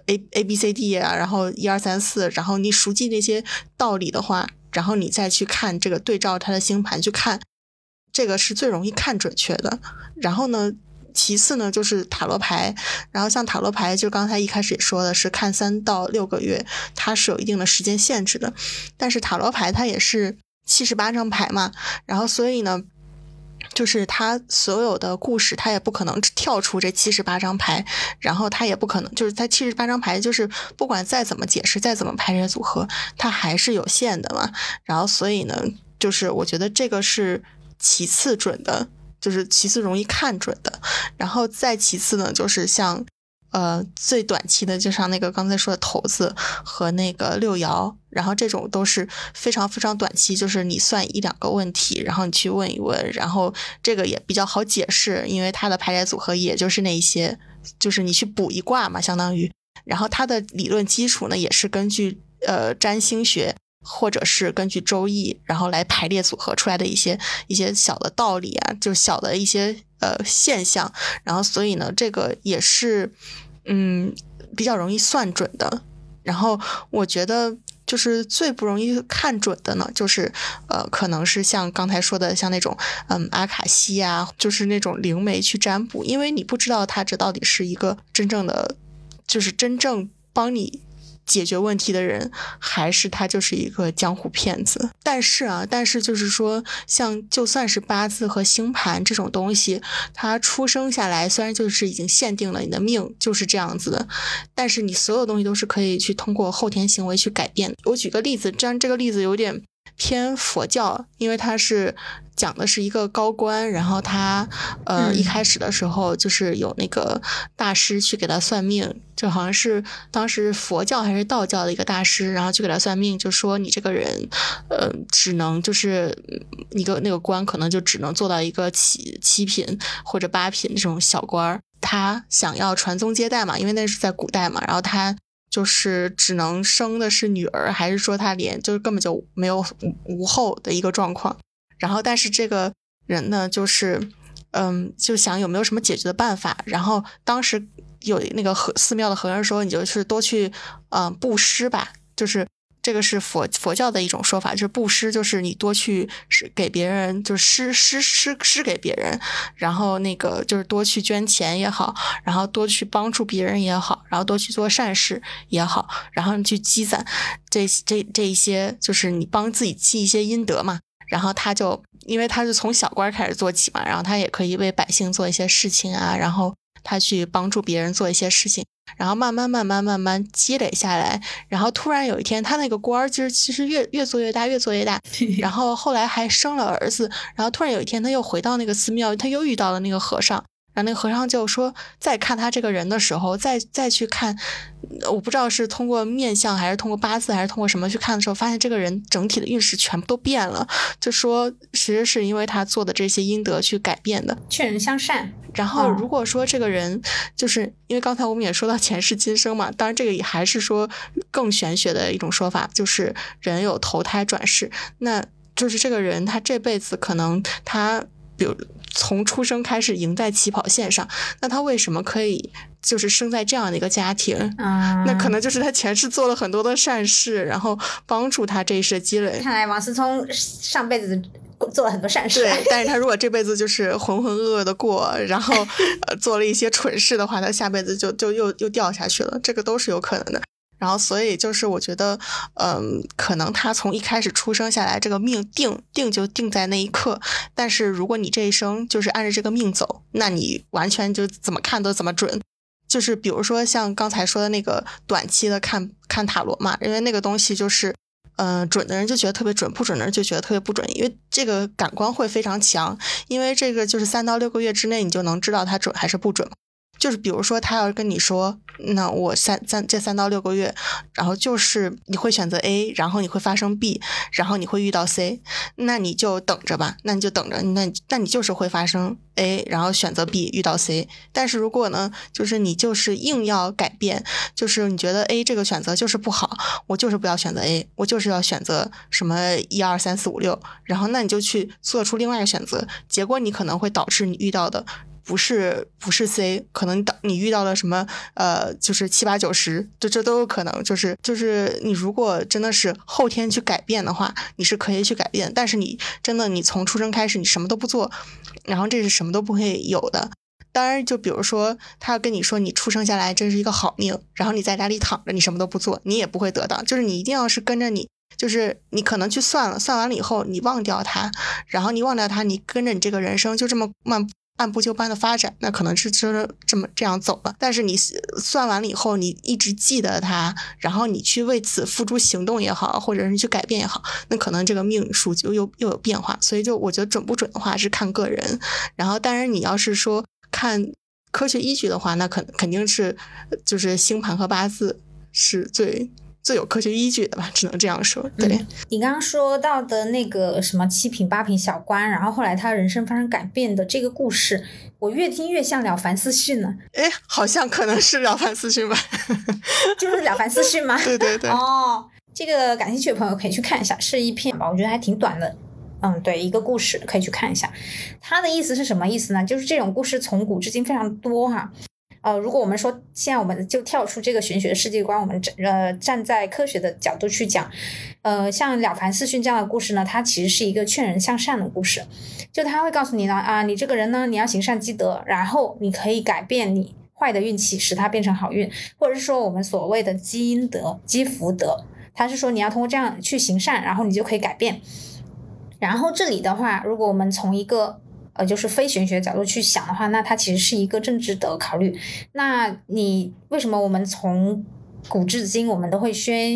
A B C D 啊，然后1 2 3 4，然后你熟记那些道理的话，然后你再去看这个对照它的星盘去看，这个是最容易看准确的。然后呢其次呢就是塔罗牌，然后像塔罗牌就刚才一开始也说的是看3到6个月，它是有一定的时间限制的，但是塔罗牌它也是78张牌嘛，然后所以呢就是它所有的故事它也不可能跳出这78张牌，然后它也不可能就是它78张牌就是不管再怎么解释再怎么排列组合它还是有限的嘛，然后所以呢就是我觉得这个是其次准的，就是其次容易看准的。然后再其次呢就是像最短期的就像那个刚才说的骰子和那个六爻，然后这种都是非常非常短期，就是你算1、2个问题，然后你去问一问，然后这个也比较好解释，因为它的排列组合也就是那些，就是你去补一卦嘛相当于，然后它的理论基础呢也是根据占星学或者是根据周易然后来排列组合出来的一些小的道理啊，就小的一些现象，然后所以呢这个也是比较容易算准的。然后我觉得就是最不容易看准的呢就是可能是像刚才说的像那种阿卡西啊，就是那种灵媒去占卜，因为你不知道它这到底是一个真正的就是真正帮你解决问题的人，还是他就是一个江湖骗子。但是就是说像就算是八字和星盘这种东西，它出生下来虽然就是已经限定了你的命就是这样子的，但是你所有东西都是可以去通过后天行为去改变。我举个例子，这样这个例子有点偏佛教，因为它是讲的是一个高官，然后他一开始的时候就是有那个大师去给他算命，就好像是当时佛教还是道教的一个大师，然后去给他算命，就说你这个人只能就是一个那个官可能就只能做到一个七品或者8品这种小官，他想要传宗接代嘛，因为那是在古代嘛，然后他就是只能生的是女儿，还是说他连就是根本就没有无后的一个状况。然后但是这个人呢就是就想有没有什么解决的办法，然后当时有那个寺庙的和尚说你就是多去布施吧，就是这个是佛教的一种说法，就是布施，就是你多去给别人，就是施给别人，然後那个就是多去捐钱也好，然后多去帮助别人也好，然后多去做善事也好，然后去积攒这一些，就是你帮自己积一些阴德嘛。然后他就因为他是从小官开始做起嘛，然后他也可以为百姓做一些事情啊，然后他去帮助别人做一些事情，然后慢慢积累下来，然后突然有一天他那个官其实越做越大，然后后来还生了儿子，然后突然有一天他又回到那个寺庙，他又遇到了那个和尚，然后那个和尚就说再看他这个人的时候，再去看，我不知道是通过面相还是通过八字还是通过什么去看的时候，发现这个人整体的运势全部都变了，就说其实是因为他做的这些阴德去改变的， 劝人向善。 然后如果说这个人就是因为刚才我们也说到前世今生嘛，当然这个也还是说更玄学的一种说法，就是人有投胎转世，那就是这个人他这辈子可能他比如从出生开始赢在起跑线上，那他为什么可以就是生在这样的一个家庭那可能就是他前世做了很多的善事，然后帮助他这一世的积累。 看来王思聪上辈子做了很多善事， 对，但是他如果这辈子就是浑浑噩噩的过，然后做了一些蠢事的话，他下辈子就又掉下去了，这个都是有可能的。然后所以就是我觉得可能他从一开始出生下来这个命定就定在那一刻，但是如果你这一生就是按着这个命走，那你完全就怎么看都怎么准。就是比如说像刚才说的那个短期的看塔罗嘛，因为那个东西就是准的人就觉得特别准，不准的人就觉得特别不准，因为这个感官会非常强，因为这个就是3到6个月之内你就能知道它准还是不准。就是比如说他要跟你说那我这3到6个月，然后就是你会选择 A， 然后你会发生 B， 然后你会遇到 C， 那你就等着吧，那你就等着，那你就是会发生 A， 然后选择 B 遇到 C。 但是如果呢就是你就是硬要改变，就是你觉得 A 这个选择就是不好，我就是不要选择 A， 我就是要选择什么1、2、3、4、5、6，然后那你就去做出另外一个选择，结果你可能会导致你遇到的不是 C， 可能你遇到了什么就是7、8、9、10，这都有可能。就是你如果真的是后天去改变的话，你是可以去改变，但是你真的你从出生开始你什么都不做，然后这是什么都不会有的。当然就比如说他要跟你说你出生下来真是一个好命，然后你在家里躺着你什么都不做，你也不会得到，就是你一定要是跟着你，就是你可能去算完了以后你忘掉它，然后你忘掉它，你跟着你这个人生就这么按部就班的发展，那可能是就是这样走了。但是你算完了以后你一直记得它，然后你去为此付诸行动也好，或者是去改变也好，那可能这个命数就又有变化。所以就我觉得准不准的话是看个人，然后当然你要是说看科学依据的话，那肯定是就是星盘和八字是最有科学依据的吧，只能这样说。对， 你刚刚说到的那个什么7品8品小官，然后后来他人生发生改变的这个故事，我越听越像了凡四训呢。 好像可能是了凡四训吧。 就是了凡四训吗？ 对对对。 这个感兴趣的朋友可以去看一下，是一篇吧，我觉得还挺短的。对，一个故事可以去看一下。他的意思是什么意思呢？就是这种故事从古至今非常多哈。如果我们说现在我们就跳出这个玄学世界观，我们站在科学的角度去讲，像了凡四训这样的故事呢，它其实是一个劝人向善的故事。就他会告诉你呢你这个人呢，你要行善积德，然后你可以改变你坏的运气，使它变成好运，或者是说我们所谓的积阴德、积福德。他是说你要通过这样去行善，然后你就可以改变。然后这里的话，如果我们从一个就是非玄学角度去想的话，那它其实是一个政治的考虑。那你为什么我们从古至今我们都会宣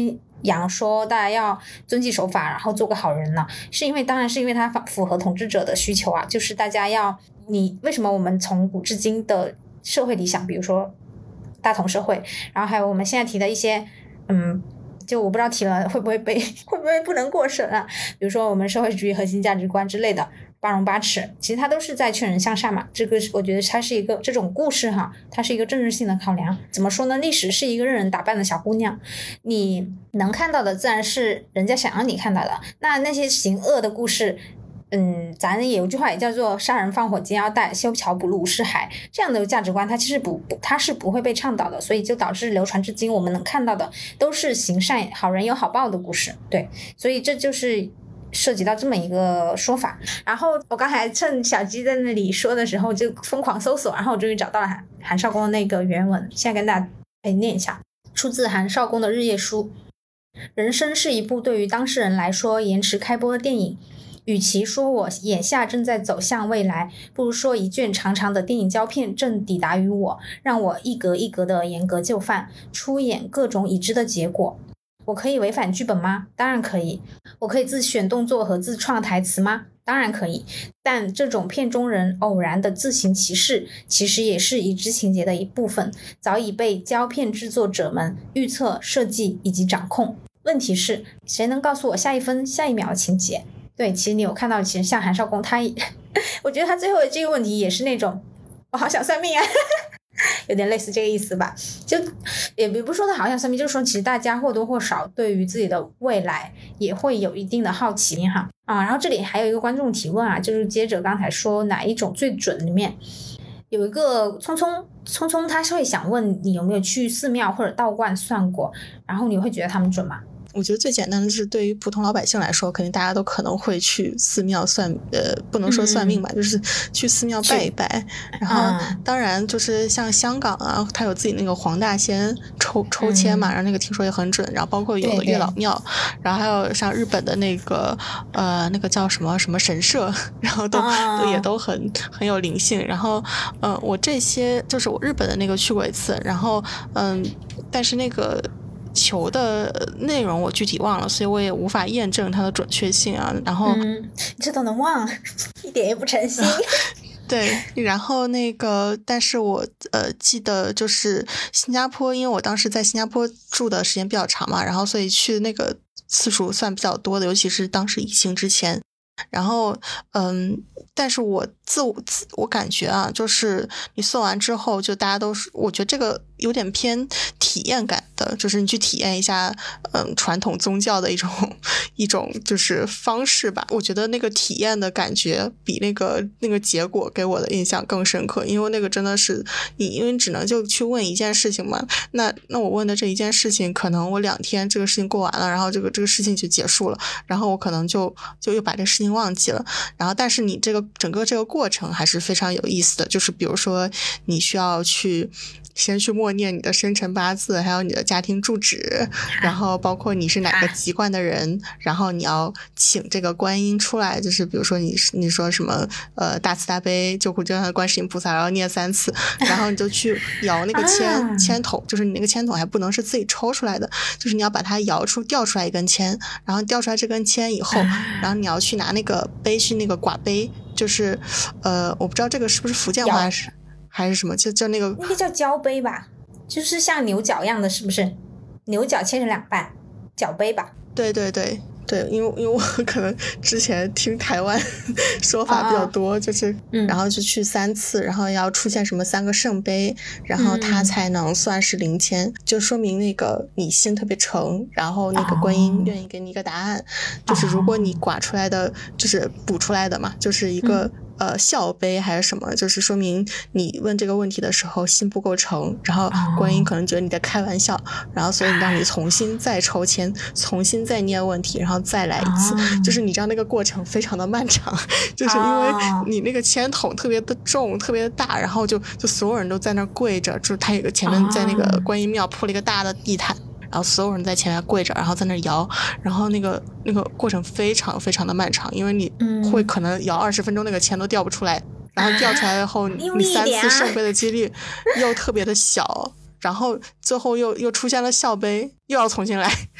扬说大家要遵纪守法，然后做个好人呢？当然是因为它符合统治者的需求啊，就是大家为什么我们从古至今的社会理想，比如说大同社会，然后还有我们现在提的一些就我不知道提了会不会不能过审啊，比如说我们社会主义核心价值观之类的，八荣八耻，其实它都是在劝人向善嘛。这个我觉得它是一个这种故事哈，它是一个政治性的考量。怎么说呢？历史是一个任人打扮的小姑娘，你能看到的自然是人家想让你看到的。那些行恶的故事，咱有句话也叫做杀人放火金腰带，修桥补路无尸骸，这样的价值观它其实它是不会被倡导的，所以就导致流传至今，我们能看到的都是行善好人有好报的故事。对，所以这就是涉及到这么一个说法。然后我刚才趁小鸡在那里说的时候就疯狂搜索，然后我终于找到了韩少功的那个原文，现在跟大家可以念一下，出自韩少功的日夜书。人生是一部对于当事人来说延迟开播的电影，与其说我眼下正在走向未来，不如说一卷长长的电影胶片正抵达于我，让我一格一格的严格就范，出演各种已知的结果。我可以违反剧本吗？当然可以。我可以自选动作和自创台词吗？当然可以。但这种片中人偶然的自行其事，其实也是已知情节的一部分，早已被胶片制作者们预测、设计以及掌控。问题是，谁能告诉我下一分下一秒的情节？对，其实你有看到，其实像韩少功我觉得他最后的这个问题也是那种我好想算命啊有点类似这个意思吧。就也不是说他好想算命，就是说其实大家或多或少对于自己的未来也会有一定的好奇哈然后这里还有一个观众提问啊，就是接着刚才说哪一种最准里面有一个聪聪他会想问你有没有去寺庙或者道观算过，然后你会觉得他们准吗？ 我觉得最简单的是对于普通老百姓来说，肯定大家都可能会去寺庙不能说算命吧，就是去寺庙拜一拜。然后当然就是像香港啊，它有自己那个黄大仙抽签嘛，然后那个听说也很准。然后包括有的月老庙，然后还有像日本的那个那个叫什么什么神社，然后也都很有灵性。然后我这些就是我日本的那个去过一次，然后但是那个求的内容我具体忘了，所以我也无法验证它的准确性啊。然后你这都能忘，一点也不诚心对，然后那个但是我记得就是新加坡，因为我当时在新加坡住的时间比较长嘛，然后所以去那个次数算比较多的，尤其是当时疫情之前。然后但是我感觉啊，就是你算完之后，就大家都是，我觉得这个有点偏体验感的，就是你去体验一下传统宗教的一种就是方式吧。我觉得那个体验的感觉比那个结果给我的印象更深刻，因为那个真的是因为你只能就去问一件事情嘛，那我问的这一件事情，可能我2天这个事情过完了，然后这个事情就结束了，然后我可能就又把这个事情忘记了。然后但是你这个整个这个过程还是非常有意思的，就是比如说你需要先去默念你的生辰八字，还有你的家庭住址，然后包括你是哪个籍贯的人，然后你要请这个观音出来，就是比如说你说什么大慈大悲救苦救难的观世音菩萨，然后念3次，然后你就去摇那个签筒，就是你那个签筒还不能是自己抽出来的，就是你要把它掉出来一根签，然后掉出来这根签以后，然后你要去拿那个杯去那个挂杯，就是我不知道这个是不是福建话还是什么，就那个叫交杯吧，就是像牛角一样的，是不是？牛角切成2半，角杯吧。 对，因为我可能之前听台湾说法比较多，就是然后就去3次，然后要出现什么3个圣杯，然后它才能算是灵签，就说明那个你心特别诚，然后那个观音愿意给你一个答案。就是如果你刮出来的就是补出来的嘛，就是一个笑杯还是什么，就是说明你问这个问题的时候心不够诚，然后观音可能觉得你在开玩笑，然后所以让你重新再抽签，重新再念问题，然后再来一次，就是你知道那个过程非常的漫长，就是因为你那个签筒特别的重特别的大，然后就所有人都在那跪着，就他有个前面在那个观音庙铺了一个大的地毯，然后所有人在前面跪着，然后在那摇，然后那个过程非常非常的漫长，因为你会可能摇20分钟那个签都掉不出来，然后掉出来以后你3次圣杯的几率又特别的小，然后最后又出现了笑杯，又要重新来。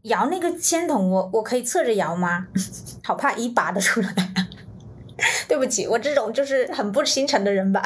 摇那个签筒我可以侧着摇吗？好怕一拔得出来对不起，我这种就是很不心诚的人吧。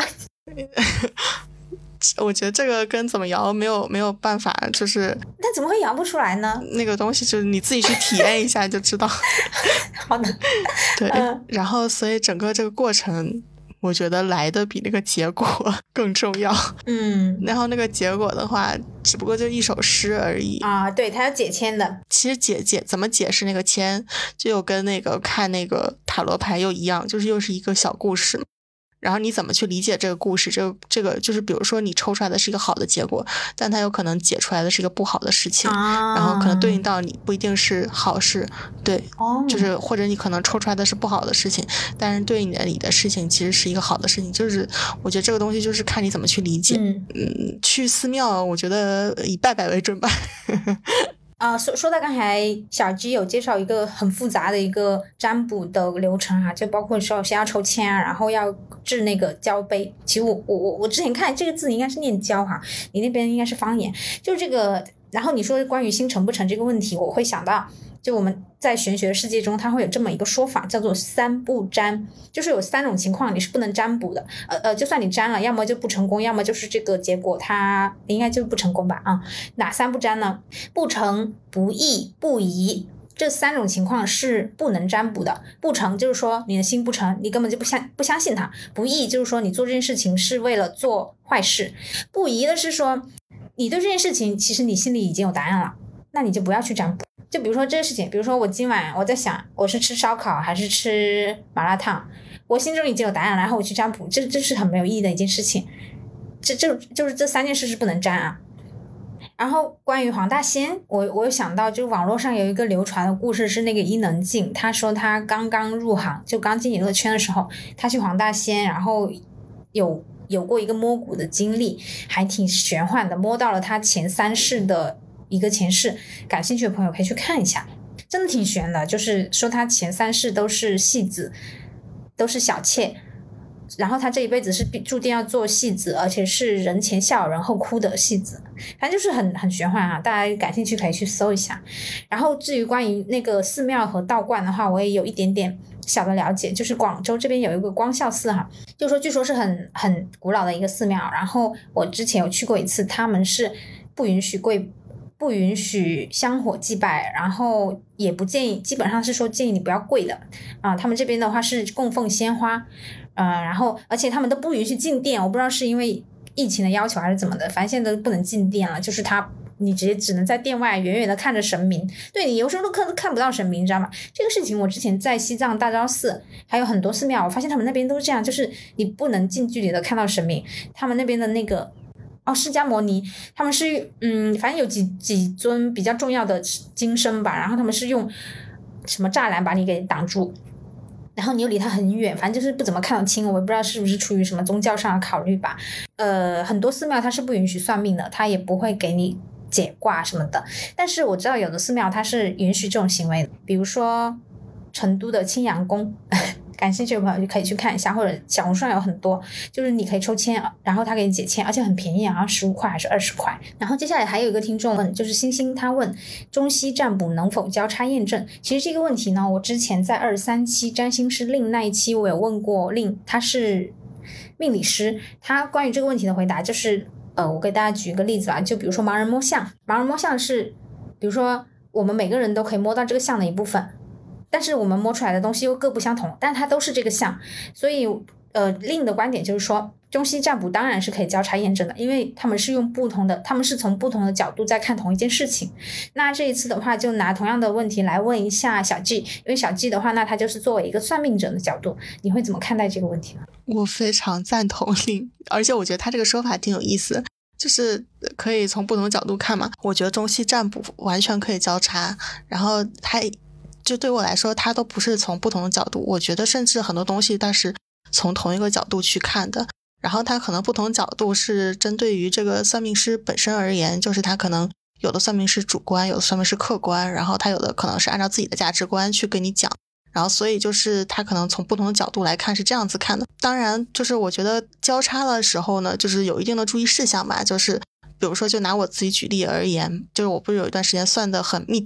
我觉得这个跟怎么摇没有办法，就是那怎么会摇不出来呢？ 那个东西就是你自己去体验一下就知道。 好的， 对，然后所以整个这个过程我觉得来的比那个结果更重要。然后那个结果的话只不过就一首诗而已啊，对，它要解签的。 其实怎么解释那个签就又跟那个看那个塔罗牌又一样，就是又是一个小故事。然后你怎么去理解这个故事，这个就是比如说你抽出来的是一个好的结果，但它有可能解出来的是一个不好的事情，然后可能对应到你不一定是好事，对，就是或者你可能抽出来的是不好的事情，但是对应你的事情其实是一个好的事情，就是我觉得这个东西就是看你怎么去理解。去寺庙我觉得以拜拜为准吧。 说到刚才小 G 有介绍一个很复杂的一个占卜的流程就包括说先要抽签然后要掷那个交杯。其实我之前看这个字应该是念交你那边应该是方言，就是这个。然后你说关于心诚不诚这个问题，我会想到就我们在玄学世界中它会有这么一个说法叫做三不占，就是有3种情况你是不能占卜的。就算你占了，要么就不成功，要么就是这个结果它应该就不成功吧。哪3不占呢？不成、不义、不宜，这3种情况是不能占卜的。不成就是说你的心不诚，你根本就不相信它。不义就是说你做这件事情是为了做坏事。不宜的是说你对这件事情其实你心里已经有答案了，那你就不要去占卜。就比如说这个事情，比如说我今晚我在想我是吃烧烤还是吃麻辣烫，我心中已经有答案了，然后我去占卜，这是很没有意义的一件事情。就是这3件事是不能占然后关于黄大仙，我有想到就网络上有一个流传的故事，是那个伊能静，他说他刚刚入行就刚进娱乐圈的时候，他去黄大仙然后有过一个摸骨的经历，还挺玄幻的，摸到了他前3世的一个前世，感兴趣的朋友可以去看一下，真的挺玄的。就是说他前3世都是戏子，都是小妾，然后他这一辈子是注定要做戏子，而且是人前笑人后哭的戏子，反正就是很玄幻大家感兴趣可以去搜一下。然后至于关于那个寺庙和道观的话，我也有一点点小的了解，就是广州这边有一个光孝寺就说据说是很古老的一个寺庙，然后我之前有去过一次，他们是不允许香火祭拜，然后也不建议，基本上是说建议你不要跪的他们这边的话是供奉鲜花然后而且他们都不允许进店，我不知道是因为疫情的要求还是怎么的，反正现在都不能进店了，就是你直接只能在店外远远的看着神明，对，你有时候都看不到神明，你知道吗？这个事情我之前在西藏大昭寺还有很多寺庙，我发现他们那边都是这样，就是你不能近距离的看到神明。他们那边的那个释迦摩尼，他们是反正有几尊比较重要的金身吧，然后他们是用什么栅栏把你给挡住，然后你又离他很远，反正就是不怎么看得清，我也不知道是不是出于什么宗教上的考虑吧。很多寺庙它是不允许算命的，它也不会给你解卦什么的，但是我知道有的寺庙它是允许这种行为的，比如说成都的青羊宫感兴趣的朋友就可以去看一下，或者小红书上有很多，就是你可以抽签，然后他给你解签，而且很便宜，好像15块还是20块。然后接下来还有一个听众问，就是星星，他问中西占卜能否交叉验证。其实这个问题呢，我之前在23期占星师令那一期我有问过令，他是命理师，他关于这个问题的回答就是我给大家举一个例子吧，就比如说盲人摸象，盲人摸象是比如说我们每个人都可以摸到这个象的一部分，但是我们摸出来的东西又各不相同，但它都是这个象。所以另的观点就是说中西占卜当然是可以交叉验证的，因为他们是从不同的角度在看同一件事情。那这一次的话就拿同样的问题来问一下小 G， 因为小 G 的话那他就是作为一个算命者的角度，你会怎么看待这个问题呢？ 我非常赞同令，而且我觉得他这个说法挺有意思，就是可以从不同角度看嘛。我觉得中西占卜完全可以交叉，然后它就对我来说它都不是从不同的角度，我觉得甚至很多东西它是从同一个角度去看的，然后它可能不同角度是针对于这个算命师本身而言，就是他可能有的算命师主观，有的算命师客观，然后他有的可能是按照自己的价值观去跟你讲，然后所以就是他可能从不同的角度来看是这样子看的。当然就是我觉得交叉的时候呢，就是有一定的注意事项吧，就是比如说就拿我自己举例而言，就是我不是有一段时间算的很密集嘛，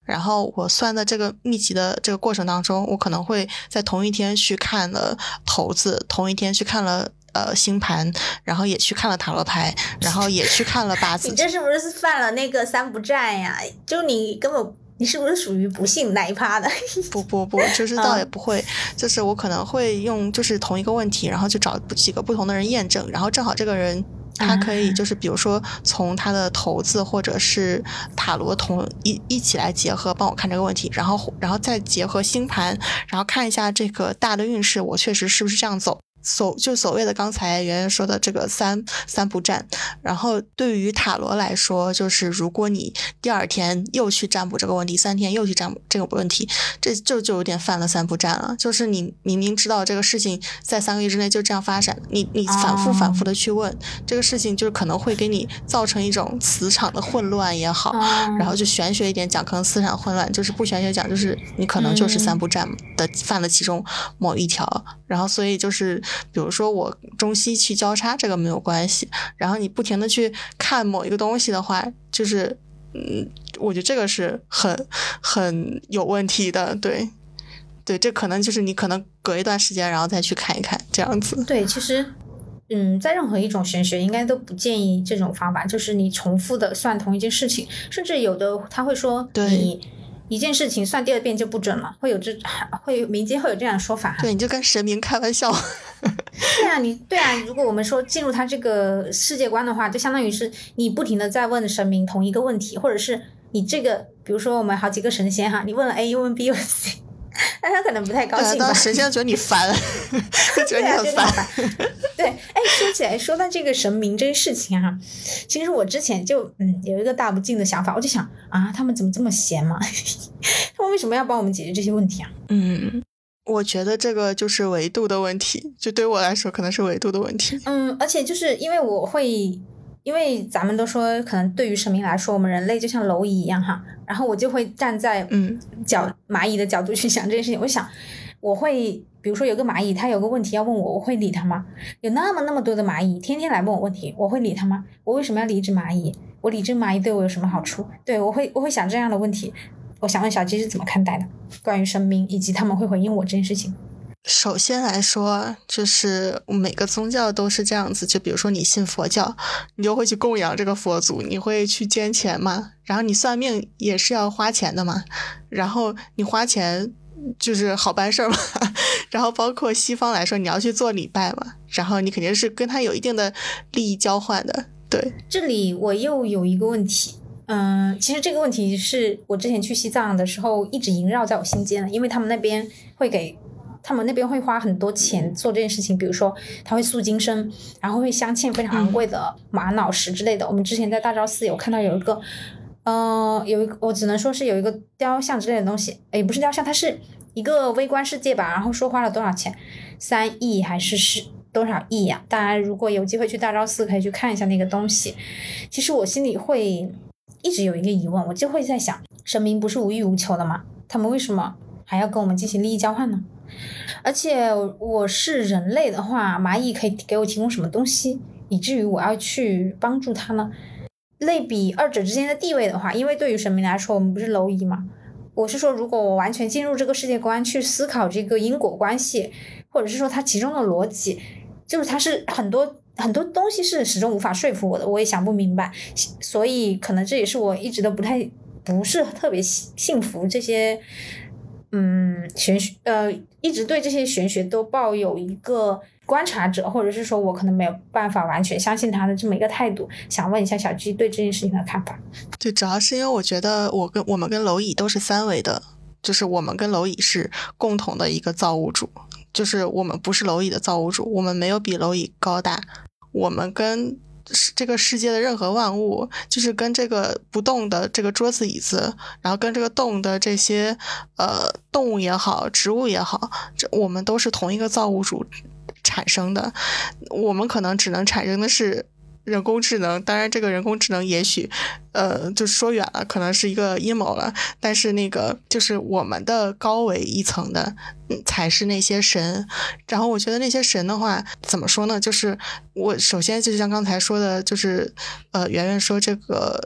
然后我算的这个密集的这个过程当中，我可能会在同一天去看了骰子，同一天去看了星盘，然后也去看了塔罗牌，然后也去看了八字。 你这是不是犯了那个三不占呀？就你根本你是不是属于不信那一趴的？ 不，就是倒也不会，就是我可能会用就是同一个问题，然后就找几个不同的人验证，然后正好这个人他可以就是比如说从他的骰子或者是塔罗一起来结合帮我看这个问题，然后再结合星盘，然后看一下这个大的运势我确实是不是这样走。就所谓的刚才圆圆说的这个三不占。然后对于塔罗来说，就是如果你第二天又去占卜这个问题，3天又去占卜这个问题，这就有点犯了三不占了。就是你明明知道这个事情在3个月之内就这样发展，你反复的去问这个事情，就是可能会给你造成一种磁场的混乱也好，然后就玄学一点讲可能磁场混乱，就是不玄学讲就是你可能就是三不占的犯了其中某一条。然后所以就是比如说我中西去交叉这个没有关系，然后你不停的去看某一个东西的话，就是我觉得这个是很有问题的。对，这可能就是你可能隔一段时间然后再去看一看这样子。 对，其实在任何一种玄学应该都不建议这种方法，就是你重复的算同一件事情，甚至有的他会说你一件事情算第2遍就不准了，民间会有这样的说法。 对，你就跟神明开玩笑。 对啊，如果我们说进入他这个世界观的话，就相当于是你不停的在问神明同一个问题，或者是你这个比如说我们好几个神仙哈，你问了 A 又问 B 又问 C， 但他可能不太高兴吧。 对，神仙觉得你烦，就觉得你很烦。 对，说起来说到这个神明这些事情哈，其实我之前就有一个大不敬的想法，我就想啊，他们怎么这么闲嘛？他们为什么要帮我们解决这些问题啊？ 我觉得这个就是维度的问题，就对我来说可能是维度的问题。 而且就是因为咱们都说可能对于神明来说我们人类就像蝼蚁一样哈，然后我就会站在蚂蚁的角度去想这件事情。我想我会比如说有个蚂蚁它有个问题要问我会理它吗？有那么多的蚂蚁天天来问我问题，我会理它吗？我为什么要理一只蚂蚁？我理只蚂蚁对我有什么好处？对，我会想这样的问题。我想问小鸡是怎么看待的关于神明以及他们会回应我这件事情。 首先来说，就是每个宗教都是这样子，就比如说你信佛教，你就会去供养这个佛祖，你会去捐钱嘛，然后你算命也是要花钱的嘛，然后你花钱就是好办事嘛，然后包括西方来说你要去做礼拜嘛，然后你肯定是跟他有一定的利益交换的。对， 这里我又有一个问题，其实这个问题是我之前去西藏的时候一直萦绕在我心间的，因为他们那边会花很多钱做这件事情，比如说他会塑金身，然后会镶嵌非常昂贵的玛瑙石之类的。我们之前在大昭寺有看到有一个我只能说是有一个雕像之类的东西，也不是雕像，它是一个微观世界吧，然后说花了多少钱，3亿还是多少亿呀？大家如果有机会去大昭寺可以去看一下那个东西。其实我心里会一直有一个疑问，我就会在想，神明不是无欲无求的吗？他们为什么还要跟我们进行利益交换呢？而且我是人类的话，蚂蚁可以给我提供什么东西以至于我要去帮助它呢？类比二者之间的地位的话，因为对于神明来说我们不是蝼蚁嘛，我是说如果我完全进入这个世界观去思考这个因果关系，或者是说它其中的逻辑，就是它是很多东西是始终无法说服我的，我也想不明白，所以可能这也是我一直都不是特别信服这些玄学，一直对这些玄学都抱有一个观察者，或者是说我可能没有办法完全相信他的这么一个态度。想问一下小G对这件事情的看法。 对，主要是因为我觉得我们跟蝼蚁都是3维的，就是我们跟蝼蚁是共同的一个造物主，就是我们不是蝼蚁的造物主，我们没有比蝼蚁高大，我们跟这个世界的任何万物，就是跟这个不动的这个桌子椅子，然后跟这个动的这些动物也好植物也好，我们都是同一个造物主产生的。我们可能只能产生的是人工智能，当然这个人工智能也许就是说远了可能是一个阴谋了，但是那个就是我们的高维一层的才是那些神。然后我觉得那些神的话怎么说呢，就是我首先就像刚才说的，就是圆圆说这个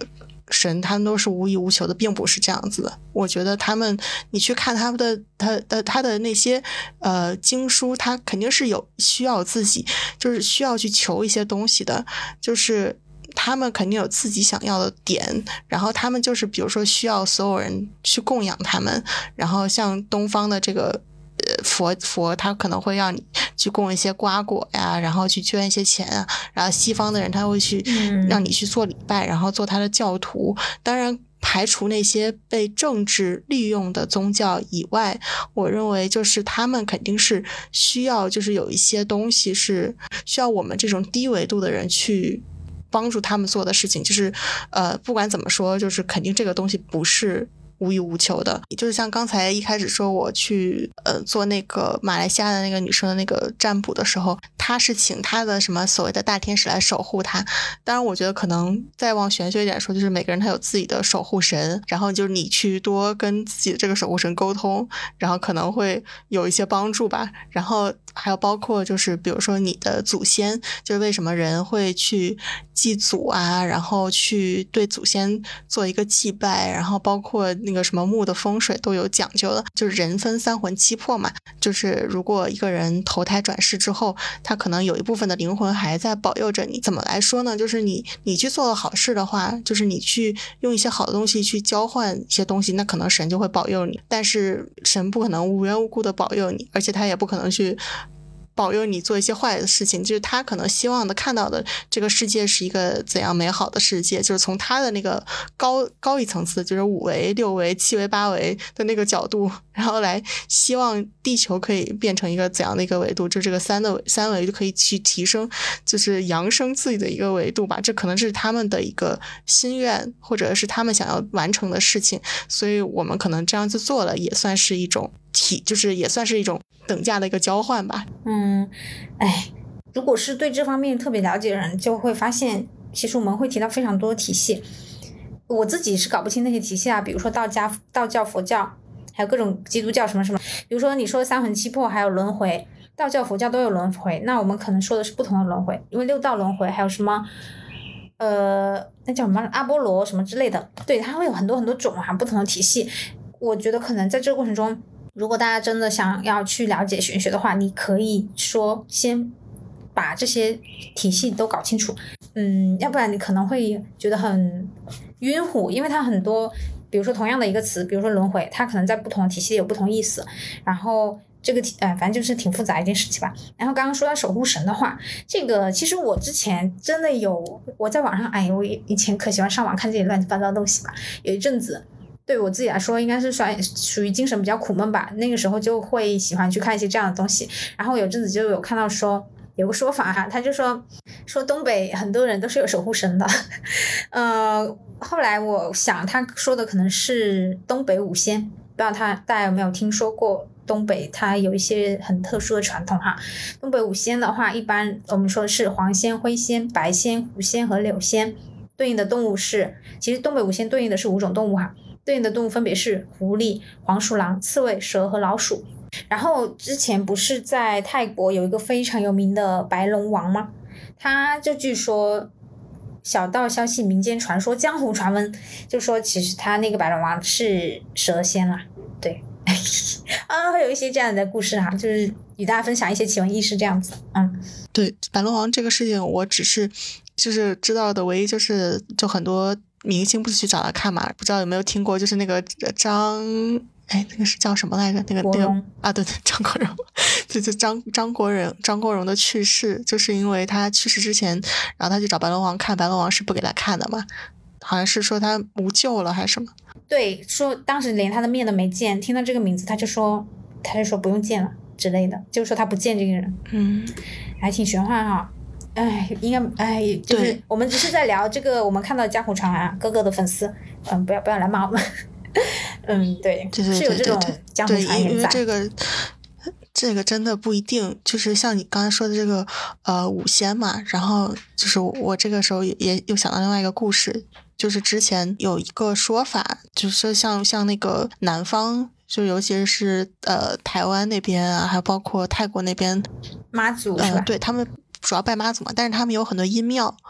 神他们都是无欲无求的，并不是这样子的。我觉得你去看他的那些经书，他肯定是需要自己，就是需要去求一些东西的，就是他们肯定有自己想要的点，然后他们就是比如说需要所有人去供养他们，然后像东方的这个佛他可能会让你去供一些瓜果呀，然后去捐一些钱啊，然后西方的人他会去让你去做礼拜，然后做他的教徒。当然排除那些被政治利用的宗教以外，我认为就是他们肯定是需要，就是有一些东西是需要我们这种低维度的人去帮助他们做的事情，就是不管怎么说，就是肯定这个东西不是无欲无求的。就是像刚才一开始说我去做那个马来西亚的那个女生的那个占卜的时候，她是请她的什么所谓的大天使来守护她。当然我觉得可能再往玄学一点说，就是每个人他有自己的守护神，然后就是你去多跟自己的这个守护神沟通，然后可能会有一些帮助吧。然后还有包括就是比如说你的祖先，就是为什么人会去祭祖啊，然后去对祖先做一个祭拜，然后包括那个什么墓的风水都有讲究的。就是人分三魂七魄嘛，就是如果一个人投胎转世之后，他可能有一部分的灵魂还在保佑着你。怎么来说呢，就是你去做了好事的话，就是你去用一些好的东西去交换一些东西，那可能神就会保佑你。但是神不可能无缘无故的保佑你，而且他也不可能去保佑你做一些坏的事情，就是他可能希望的看到的这个世界是一个怎样美好的世界，就是从他的那个高一层次，就是5维、6维、7维、8维的那个角度，然后来希望地球可以变成一个怎样的一个维度，就这个三维就可以去提升，就是扬升自己的一个维度吧。这可能是他们的一个心愿，或者是他们想要完成的事情，所以我们可能这样子做了，也算是一种就是也算是一种等价的一个交换吧。 如果是对这方面特别了解的人，就会发现其实我们会提到非常多的体系，我自己是搞不清那些体系啊，比如说道教、佛教，还有各种基督教什么什么，比如说你说三魂七魄还有轮回，道教、佛教都有轮回，那我们可能说的是不同的轮回，因为六道轮回还有什么那叫什么阿波罗什么之类的，对，它会有很多很多种不同的体系。我觉得可能在这个过程中，如果大家真的想要去了解玄学的话，你可以说先把这些体系都搞清楚，要不然你可能会觉得很晕乎，因为它很多，比如说同样的一个词，比如说轮回，它可能在不同的体系里有不同意思，然后这个反正就是挺复杂一件事情吧。然后刚刚说到守护神的话，这个其实我之前真的我在网上，我以前可喜欢上网看这些乱七八糟的东西吧，有一阵子对我自己来说应该是属于精神比较苦闷吧，那个时候就会喜欢去看一些这样的东西。然后有阵子就有看到说有个说法他就说东北很多人都是有守护神的后来我想他说的可能是东北五仙，不知道大家有没有听说过东北它有一些很特殊的传统东北五仙的话，一般我们说的是黄仙、灰仙、白仙、狐仙和柳仙，对应的动物是，其实东北五仙对应的是5种动物对应的动物分别是狐狸、黄鼠狼、刺猬、蛇和老鼠。然后之前不是在泰国有一个非常有名的白龙王吗？他就据说小道消息、民间传说、江湖传闻，就说其实他那个白龙王是蛇仙啦。对会有一些这样的故事就是与大家分享一些奇闻异事这样子。 对，白龙王这个事情我只是就是知道的唯一就很多明星不是去找他看嘛，不知道有没有听过，就是那个那个是叫什么来着？那个对，张国荣，就张国荣的去世，就是因为他去世之前，然后他去找白龙王看，白龙王是不给他看的嘛，好像是说他无救了还是什么？ 对，说当时连他的面都没见，听到这个名字他就说不用见了之类的，就是说他不见这个人。还挺玄幻应该就是我们只是在聊这个我们看到江湖传闻哥哥的粉丝不要来骂我们对，是有这种江湖传言在。 因为这个真的不一定，就是像你刚才说的这个五仙嘛，然后就是我这个时候也又想到另外一个故事，就是之前有一个说法，就是像那个南方，就尤其是台湾那边还有包括泰国那边妈祖是吧？ 对，他们主要拜妈祖嘛，但是他们有很多阴庙，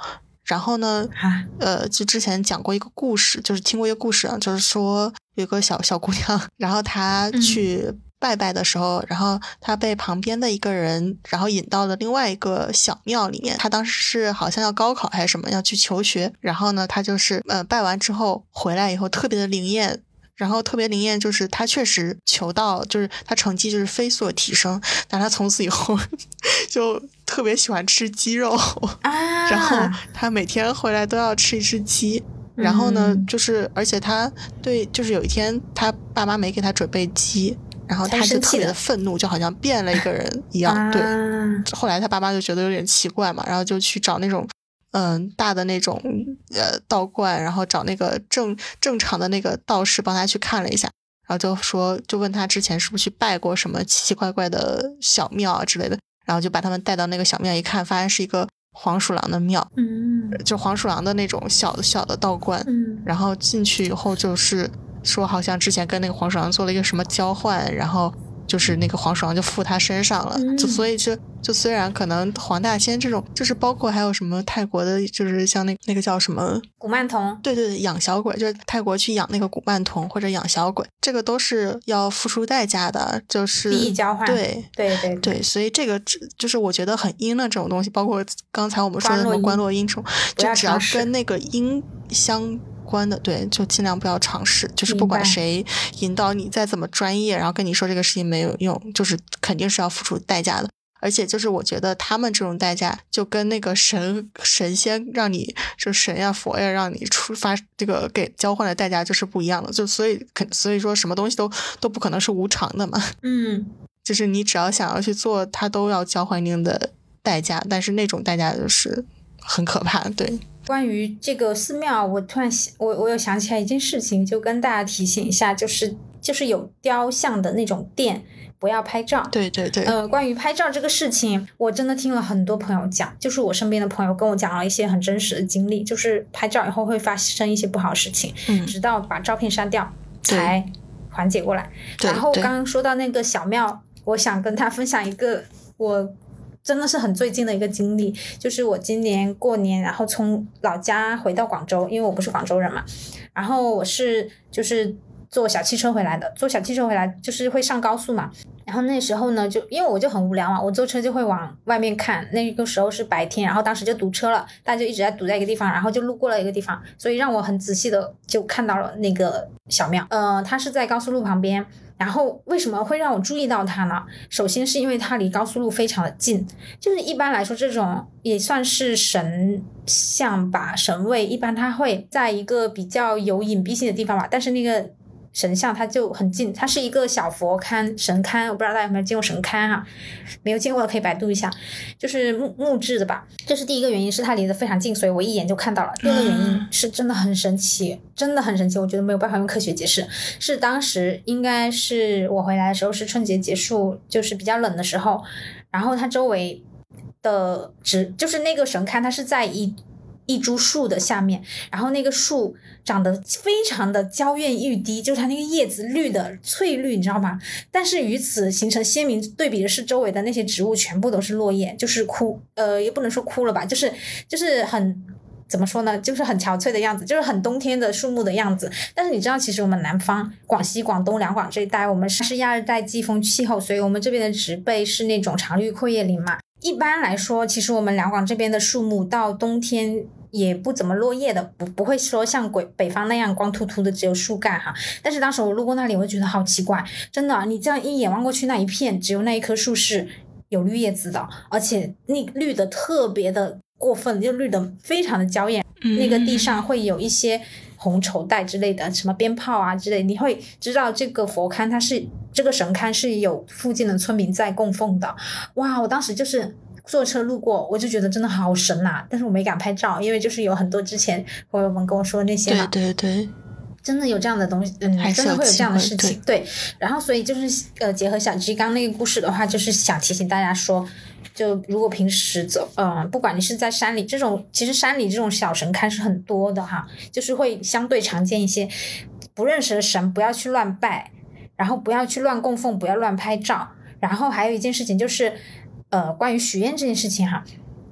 然后呢，就之前讲过一个故事，就是听过一个故事啊，就是说有一个小姑娘，然后她去拜拜的时候，然后她被旁边的一个人然后引到了另外一个小庙里面。她当时是好像要高考还是什么，要去求学，然后呢她就是拜完之后回来以后特别的灵验，然后特别灵验就是她确实求到，就是她成绩就是飞速的提升，但她从此以后就特别喜欢吃鸡肉啊，然后她每天回来都要吃一只鸡。然后呢就是而且她对，就是有一天她爸妈没给她准备鸡，然后他就特别的愤怒，就好像变了一个人一样。对，后来他爸妈就觉得有点奇怪嘛，然后就去找那种大的那种道观，然后找那个正常的那个道士帮他去看了一下，然后就问他之前是不是去拜过什么奇奇怪怪的小庙啊之类的，然后就把他们带到那个小庙一看，发现是一个黄鼠狼的庙，就黄鼠狼的那种小的道观，然后进去以后就是说好像之前跟那个黄鼠狼做了一个什么交换，然后就是那个黄鼠狼就附他身上了，就所以就虽然可能黄大仙这种，就是包括还有什么泰国的，就是像那个叫什么古曼童， 对，养小鬼，就是泰国去养那个古曼童或者养小鬼，这个都是要付出代价的，就是利益交换，对， 所以这个就是我觉得很阴的这种东西，包括刚才我们说的什么观落阴这种，就只要跟那个阴相关的，对，就尽量不要尝试，就是不管谁引导你再怎么专业，然后跟你说这个事情没有用，就是肯定是要付出代价的。而且就是我觉得他们这种代价就跟那个神仙让你就神呀佛呀让你发这个给交换的代价就是不一样的，就所以说什么东西都不可能是无偿的嘛，就是你只要想要去做它都要交换一定的代价，但是那种代价就是很可怕。对， 关于这个寺庙，我突然我有想起来一件事情，就跟大家提醒一下，就是有雕像的那种店不要拍照。 对， 关于拍照这个事情，我真的听了很多朋友讲，就是我身边的朋友跟我讲了一些很真实的经历，就是拍照以后会发生一些不好的事情，直到把照片删掉才缓解过来。然后刚刚说到那个小庙，我想跟他分享一个我真的是很最近的一个经历，就是我今年过年然后从老家回到广州，因为我不是广州人嘛，然后我是就是坐小汽车回来的，坐小汽车回来就是会上高速嘛，然后那时候呢就因为我就很无聊嘛，我坐车就会往外面看，那个时候是白天，然后当时就堵车了，大家就一直在堵在一个地方，然后就路过了一个地方，所以让我很仔细的就看到了那个小庙，它是在高速路旁边。然后为什么会让我注意到它呢？首先是因为它离高速路非常的近，就是一般来说这种也算是神像吧，神位一般它会在一个比较有隐蔽性的地方吧，但是那个神像它就很近，它是一个小佛龛神龛，我不知道大家有没有见过神龛哈，没有见过的可以百度一下，就是木质的吧。这是第一个原因，是它离得非常近，所以我一眼就看到了。第二个原因是真的很神奇，真的很神奇，我觉得没有办法用科学解释。是当时应该是我回来的时候是春节结束，就是比较冷的时候，然后它周围的就是那个神龛它是在一株树的下面，然后那个树长得非常的娇艳欲滴，就是它那个叶子绿的翠绿，你知道吗？但是与此形成鲜明对比的是周围的那些植物全部都是落叶，就是枯，也不能说枯了吧，就是很怎么说呢，就是很憔悴的样子，就是很冬天的树木的样子。但是你知道其实我们南方广西广东两广这一带我们是亚热带季风气候，所以我们这边的植被是那种常绿阔叶林嘛，一般来说其实我们两广这边的树木到冬天也不怎么落叶的，不会说像北方那样光秃秃的只有树干哈。但是当时我路过那里我就觉得好奇怪，真的，你这样一眼望过去，那一片只有那一棵树是有绿叶子的，而且那绿的特别的过分，就绿的非常的娇艳，那个地上会有一些红绸带之类的，什么鞭炮啊之类的，你会知道这个佛龛它是这个神龛是有附近的村民在供奉的。哇，我当时就是坐车路过，我就觉得真的好神啊，但是我没敢拍照，因为就是有很多之前朋友们跟我说那些嘛， 对， 真的有这样的东西，真的会有这样的事情，对。然后所以就是结合小鸡刚那个故事的话，就是想提醒大家说，就如果平时走，不管你是在山里这种，其实山里这种小神龛是很多的哈，就是会相对常见一些。不认识的神不要去乱拜，然后不要去乱供奉，不要乱拍照。然后还有一件事情就是，关于许愿这件事情哈。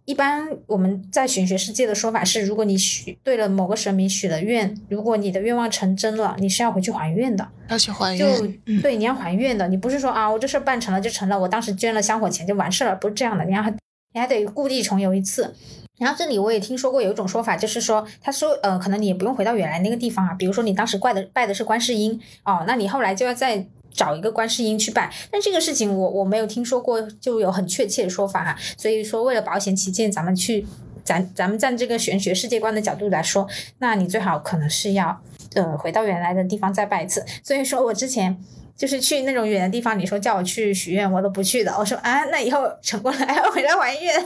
一般我们在玄学世界的说法是，如果你对了某个神明许了愿，如果你的愿望成真了，你是要回去还愿的。 要去还愿， 对，你要还愿的。你不是说啊，我这事办成了就成了，我当时捐了香火钱就完事了，不是这样的。你还得故地重游一次。然后这里我也听说过有一种说法，就是说他说可能你也不用回到原来那个地方啊，比如说你当时拜的是观世音哦，那你后来就要再找一个观世音去拜。但这个事情我没有听说过就有很确切的说法哈，所以说为了保险起见，咱们站这个玄学世界观的角度来说，那你最好可能是要回到原来的地方再拜一次。所以说我之前就是去那种远的地方，你说叫我去许愿我都不去的，我说啊，那以后成功了还要回来还愿。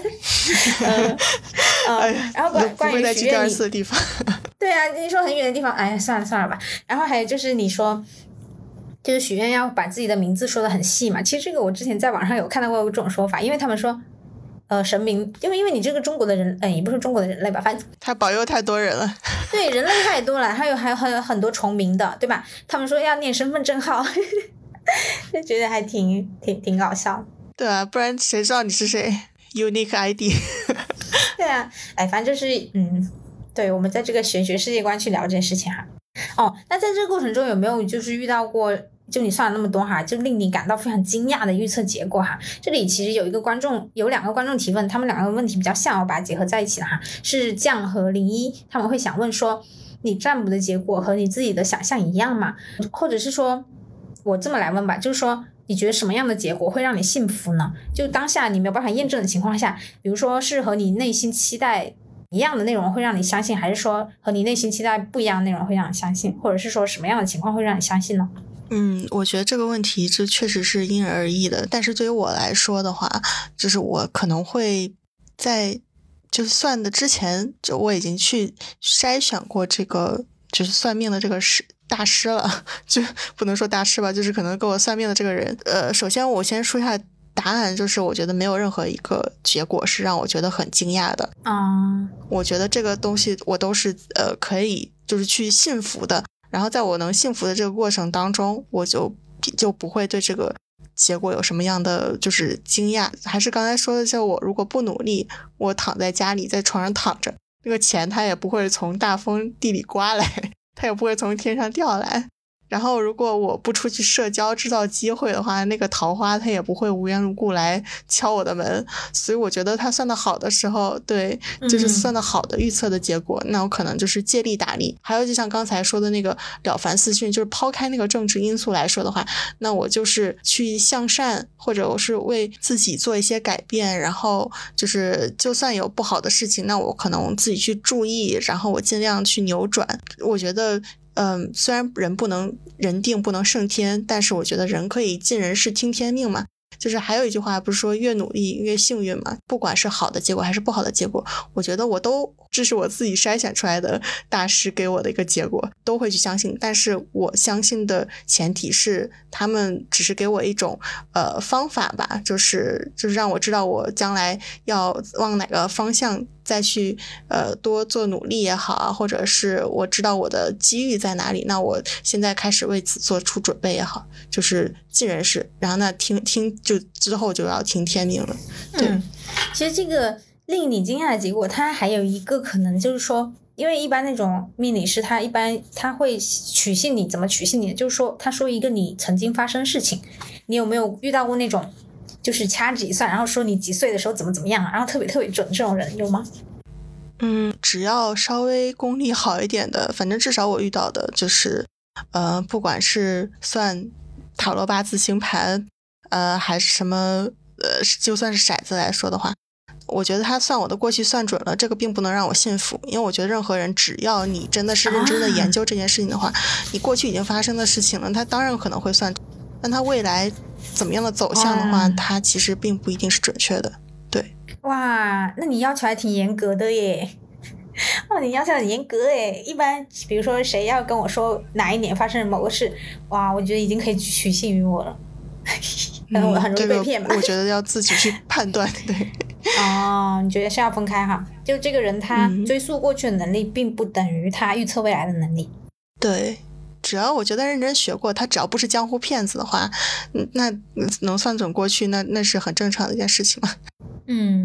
然后关于许愿的地方对啊，你说很远的地方，哎，算了吧。然后还有就是你说就是许愿要把自己的名字说得很细嘛，其实这个我之前在网上有看到过这种说法，因为他们说神明，因为你这个中国的人，也不是中国的人类吧，反正他保佑太多人了。 对，人类太多了，还有很多重名的，对吧？他们说要念身份证号，就觉得还挺搞笑。 对啊，不然谁知道你是谁 ？Unique ID。 对啊，哎，反正就是对，我们在这个玄学世界观去聊这件事情哈。哦，那在这个过程中有没有就是遇到过？就你算了那么多哈，就令你感到非常惊讶的预测结果哈。这里其实有两个观众提问，他们两个问题比较像，我把它结合在一起了哈。是酱和01，他们会想问说，你占卜的结果和你自己的想象一样吗？或者是说，我这么来问吧，就是说，你觉得什么样的结果会让你幸福呢？就当下你没有办法验证的情况下，比如说是和你内心期待一样的内容会让你相信，还是说和你内心期待不一样的内容会让你相信，或者是说什么样的情况会让你相信呢？ 我觉得这个问题这确实是因人而异的，但是对于我来说的话，就是我可能会在就是算的之前，就我已经去筛选过这个就是算命的这个大师了，就不能说大师吧，就是可能给我算命的这个人。首先我先说一下答案，就是我觉得没有任何一个结果是让我觉得很惊讶的。我觉得这个东西我都是可以就是去信服的。然后在我能幸福的这个过程当中，我就不会对这个结果有什么样的就是惊讶。还是刚才说的，就我如果不努力，我躺在家里在床上躺着，那个钱它也不会从大风地里刮来，它也不会从天上掉来。然后如果我不出去社交制造机会的话，那个桃花它也不会无缘无故来敲我的门。所以我觉得他算的好的时候，对，就是算的好的预测的结果，那我可能就是借力打力。还有就像刚才说的那个了凡四训，就是抛开那个政治因素来说的话，那我就是去向善，或者我是为自己做一些改变，然后就是就算有不好的事情，那我可能自己去注意，然后我尽量去扭转。我觉得虽然人定不能胜天，但是我觉得人可以尽人事听天命嘛。就是还有一句话不是说越努力越幸运嘛，不管是好的结果还是不好的结果，我觉得这是我自己筛选出来的大师给我的一个结果，都会去相信。但是我相信的前提是他们只是给我一种方法吧，就是让我知道我将来要往哪个方向再去多做努力也好啊，或者是我知道我的机遇在哪里，那我现在开始为此做出准备也好，就是尽人事，然后那听就之后就要听天命了。对， 其实这个令你惊讶的结果，它还有一个可能就是说，因为一般那种命理师他会取信你，怎么取信你？就是说他说一个你曾经发生的事情，你有没有遇到过那种就是掐指一算，然后说你几岁的时候怎么样，然后特别准这种人有吗？ 只要稍微功力好一点的，反正至少我遇到的就是不管是算塔罗八字星盘还是什么就算是骰子来说的话，我觉得他算我的过去算准了，这个并不能让我信服。因为我觉得任何人只要你真的是认真的研究这件事情的话，你过去已经发生的事情了，他当然可能会算，但他未来怎么样的走向的话，他其实并不一定是准确的。对， 哇，那你要求还挺严格的耶。你要求很严格耶。一般比如说谁要跟我说哪一年发生某个事，哇，我觉得已经可以取信于我了。可能我很容易被骗吧。 我觉得要自己去判断。对。 你觉得是要分开哈？就这个人他追溯过去的能力并不等于他预测未来的能力。 对，只要我觉得认真学过，他只要不是江湖骗子的话，那能算准过去，那是很正常的一件事情嘛。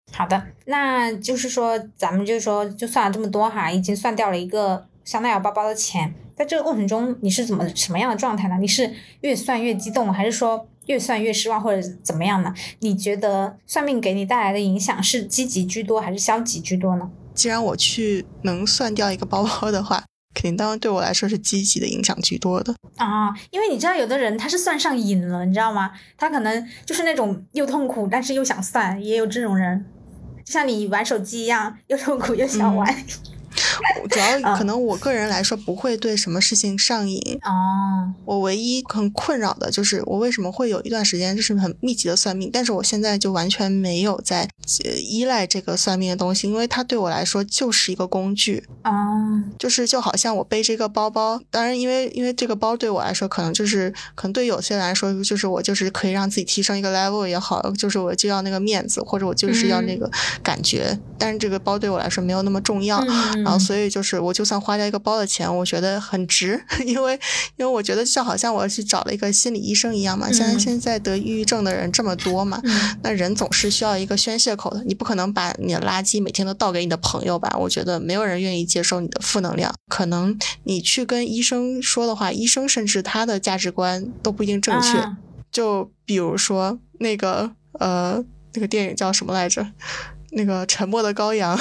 好的，那就是说咱们就说就算了这么多哈，已经算掉了一个香奈儿包包的钱，在这个过程中你是什么样的状态呢？你是越算越激动，还是说越算越失望，或者怎么样呢？你觉得算命给你带来的影响是积极居多还是消极居多呢？ 既然我去能算掉一个包包的话，肯定当然对我来说是积极的影响居多的啊，因为你知道有的人他是算上瘾了，你知道吗？他可能就是那种又痛苦但是又想算，也有这种人，就像你玩手机一样，又痛苦又想玩。 主要可能我个人来说不会对什么事情上瘾哦， 我唯一很困扰的就是我为什么会有一段时间就是很密集的算命，但是我现在就完全没有在依赖这个算命的东西，因为它对我来说就是一个工具。就好像我背这个包包，当然因为这个包对我来说可能对有些人来说就是我就是可以让自己提升一个 level 也好，就是我就要那个面子，或者我就是要那个感觉，但是这个包对我来说没有那么重要，然后所以就是我就算花掉一个包的钱我觉得很值，因为我觉得就好像我去找了一个心理医生一样嘛，现在得抑郁症的人这么多嘛，那人总是需要一个宣泄口的，你不可能把你的垃圾每天都倒给你的朋友吧，我觉得没有人愿意接受你的负能量，可能你去跟医生说的话，医生甚至他的价值观都不一定正确，就比如说那个电影叫什么来着，那个沉默的羔羊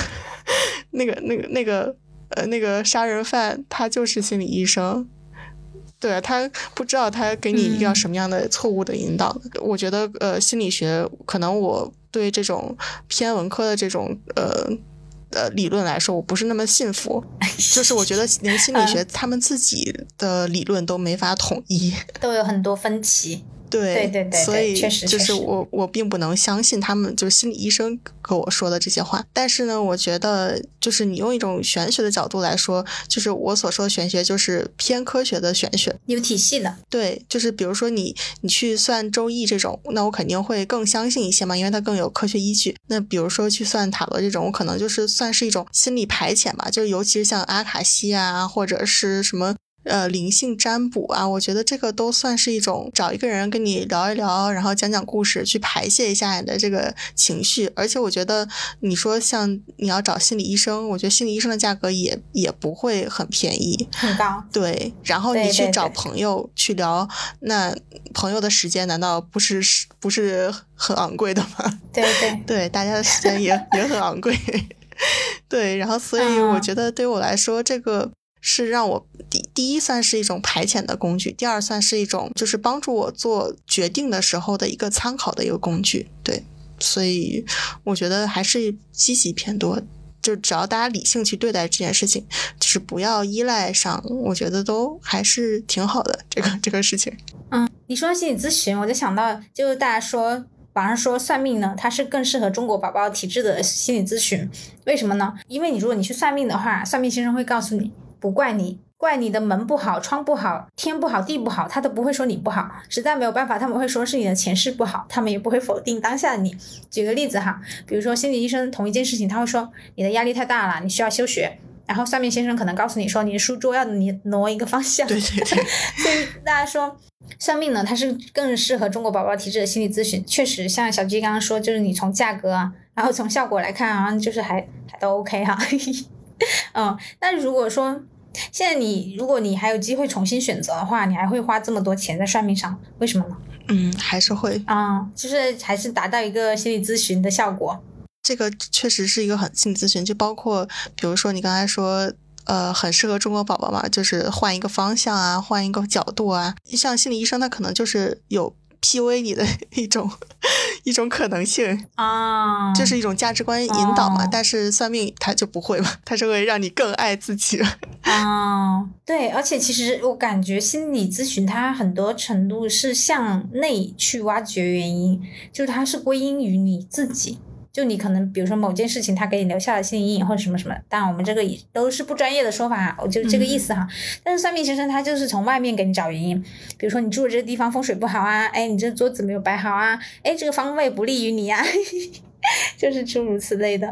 那个杀人犯他就是心理医生，对，他不知道他给你一个什么样的错误的引导我觉得心理学可能我对这种偏文科的这种理论来说我不是那么信服，就是我觉得连心理学他们自己的理论都没法统一， 都有很多分歧。 对，所以确实就是我并不能相信他们就是心理医生跟我说的这些话，但是呢我觉得就是你用一种玄学的角度来说，就是我所说的玄学就是偏科学的玄学， 有体系的。 对，就是比如说你去算周易这种，那我肯定会更相信一些嘛，因为它更有科学依据。那比如说去算塔罗这种，我可能就是算是一种心理排遣吧，就尤其是像阿卡西啊或者是什么灵性占卜啊，我觉得这个都算是一种找一个人跟你聊一聊，然后讲讲故事，去排泄一下你的这个情绪。而且我觉得你说像你要找心理医生，我觉得心理医生的价格也不会很便宜， 很高。 对，然后你去找朋友去聊，那朋友的时间难道不是很昂贵的吗？对，大家的时间也很昂贵。对，然后所以我觉得对我来说这个是让我第一算是一种排遣的工具，第二算是一种就是帮助我做决定的时候的一个参考的一个工具。对，所以我觉得还是积极偏多，就只要大家理性去对待这件事情，就是不要依赖上，我觉得都还是挺好的这个事情。 你说心理咨询我就想到就是大家说网上说算命呢它是更适合中国宝宝体质的心理咨询，为什么呢？因为如果你去算命的话，算命先生会告诉你不怪你，怪你的门不好窗不好天不好地不好，他都不会说你不好，实在没有办法他们会说是你的前世不好，他们也不会否定当下的你。举个例子哈，比如说心理医生同一件事情他会说你的压力太大了，你需要休学，然后算命先生可能告诉你说你的书桌要挪一个方向。 对所以大家说算命呢它是更适合中国宝宝体质的心理咨询，确实像小G刚刚说，就是你从价格啊然后从效果来看好像就是还都 OK 哈。那如果说现在如果你还有机会重新选择的话，你还会花这么多钱在算命上，为什么呢？ 还是会就是还是达到一个心理咨询的效果。 这个确实是一个很心理咨询，就包括比如说你刚才说很适合中国宝宝嘛，就是换一个方向啊，换一个角度啊，像心理医生他可能就是有 PUA 你的一种可能性就是一种价值观引导嘛，但是算命他就不会嘛，他是会让你更爱自己对，而且其实我感觉心理咨询它很多程度是向内去挖掘原因，就是它是归因于你自己，就你可能比如说某件事情它给你留下了心理阴影或者什么什么，当然我们这个也都是不专业的说法，我就这个意思哈。但是算命先生他就是从外面给你找原因，比如说你住的这个地方风水不好啊，你这桌子没有摆好啊，这个方位不利于你啊就是诸如此类的。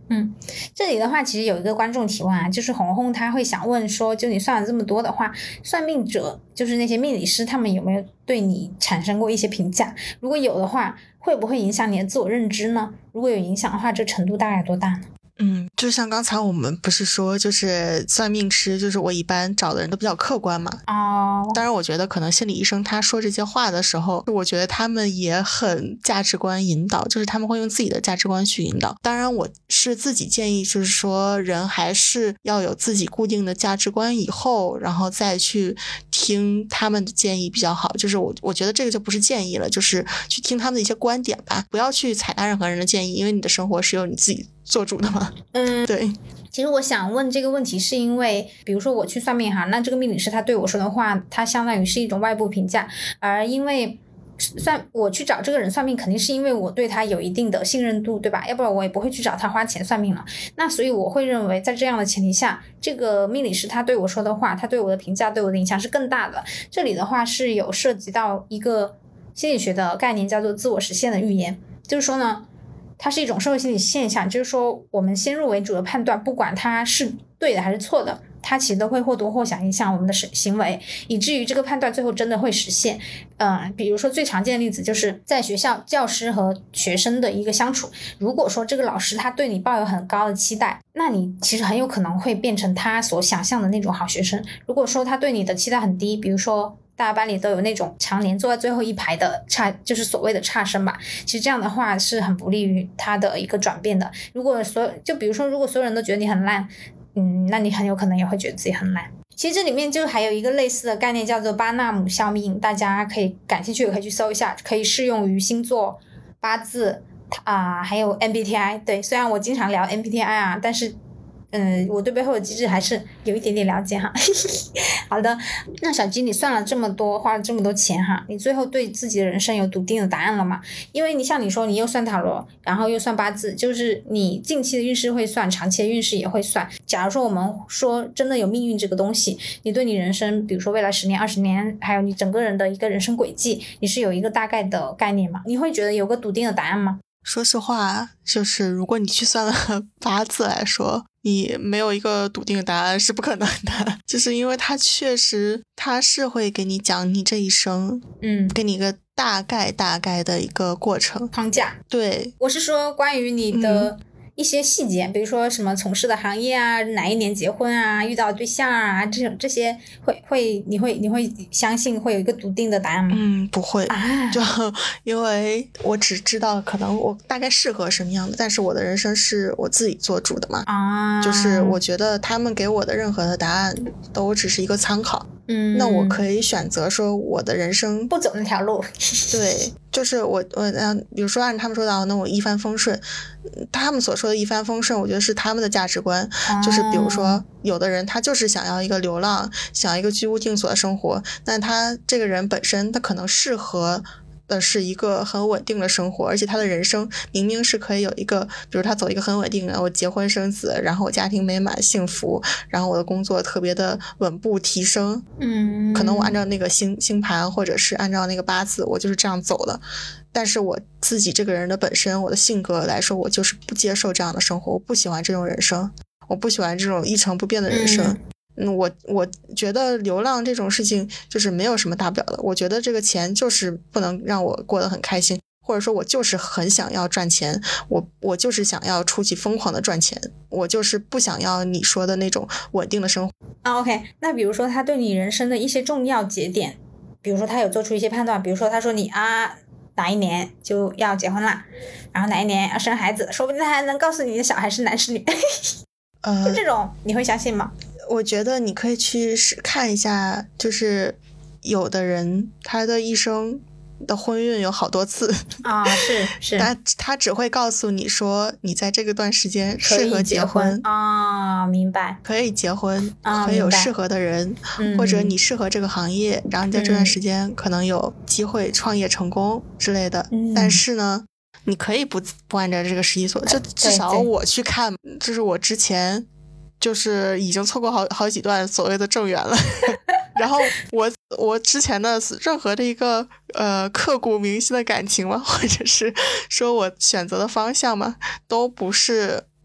这里的话其实有一个观众提问啊，就是红红他会想问说，就你算了这么多的话，算命者就是那些命理师，他们有没有对你产生过一些评价？如果有的话，会不会影响你的自我认知呢？如果有影响的话，这程度大概多大呢？ 就像刚才我们不是说，就是算命师，就是我一般找的人都比较客观嘛。当然我觉得可能心理医生他说这些话的时候，我觉得他们也很价值观引导，就是他们会用自己的价值观去引导。当然我是自己建议，就是说人还是要有自己固定的价值观以后，然后再去听他们的建议比较好。就是我觉得这个就不是建议了，就是去听他们的一些观点吧，不要去采纳任何人的建议，因为你的生活是由你自己做主的嘛。对。 其实我想问这个问题是因为，比如说我去算命哈，那这个命理师他对我说的话，他相当于是一种外部评价，而因为我去找这个人算命，肯定是因为我对他有一定的信任度，对吧？要不然我也不会去找他花钱算命了。那所以我会认为，在这样的前提下，这个命理师他对我说的话，他对我的评价，对我的影响是更大的。这里的话是有涉及到一个心理学的概念，叫做自我实现的预言。就是说呢，它是一种社会心理现象，就是说我们先入为主的判断，不管它是对的还是错的，它其实都会或多或少影响我们的行为，以至于这个判断最后真的会实现。比如说最常见的例子就是在学校教师和学生的一个相处，如果说这个老师他对你抱有很高的期待，那你其实很有可能会变成他所想象的那种好学生。如果说他对你的期待很低，比如说大家班里都有那种常年坐在最后一排的就是所谓的差生吧，其实这样的话是很不利于他的一个转变的。就比如说如果所有人都觉得你很烂，那你很有可能也会觉得自己很烂。其实这里面就还有一个类似的概念叫做巴纳姆效应，大家可以感兴趣也可以去搜一下，可以适用于星座、八字还有 MBTI。 对，虽然我经常聊 MBTI 啊，但是我对背后的机制还是有一点点了解哈。好的，那小鸡你算了这么多，花了这么多钱哈，你最后对自己的人生有笃定的答案了吗？因为像你说你又算塔罗，然后又算八字，就是你近期的运势会算，长期的运势也会算。假如说我们说真的有命运这个东西，你对你人生，比如说未来10年、20年，还有你整个人的一个人生轨迹，你是有一个大概的概念吗？你会觉得有个笃定的答案吗？ 说实话，就是如果你去算了八字来说，你没有一个笃定的答案是不可能的。就是因为它确实它是会给你讲你这一生，给你一个大概的一个过程框架。对，我是说关于你的一些细节，比如说什么从事的行业啊，哪一年结婚啊，遇到对象啊，这些你会相信会有一个笃定的答案吗？ 不会就因为我只知道可能我大概适合什么样的，但是我的人生是我自己做主的嘛。就是我觉得他们给我的任何的答案都只是一个参考。那我可以选择说我的人生不走那条路。 对，就是我比如说按他们说的，那我一帆风顺，他们所说的一帆风顺，我觉得是他们的价值观。就是比如说有的人他就是想要一个流浪，想要一个居无定所的生活，那他这个人本身他可能适合的是一个很稳定的生活，而且他的人生明明是可以有一个，比如他走一个很稳定的，我结婚生子，然后我家庭美满幸福，然后我的工作特别的稳步提升。可能我按照那个星盘或者是按照那个八字，我就是这样走的。但是我自己这个人的本身，我的性格来说，我就是不接受这样的生活，我不喜欢这种人生，我不喜欢这种一成不变的人生。我觉得流浪这种事情就是没有什么大不了的，我觉得这个钱就是不能让我过得很开心，或者说我就是很想要赚钱，我就是想要出去疯狂的赚钱，我就是不想要你说的那种稳定的生活。 OK， 那比如说他对你人生的一些重要节点，比如说他有做出一些判断，比如说他说你哪一年就要结婚啦，然后哪一年要生孩子，说不定他还能告诉你的小孩是男是女。就这种你会相信吗？ 我觉得你可以去看一下，就是有的人他的一生的婚运有好多次是他只会告诉你说你在这个段时间适合结婚明白， 可以结婚，可以有适合的人，或者你适合这个行业，然后你在这段时间可能有机会创业成功之类的。但是呢你可以不按照这个时机做，就至少我去看，就是我之前就是已经错过好几段所谓的正缘了。然后我之前的任何的一个刻骨铭心的感情嘛，或者是说我选择的方向嘛，都不是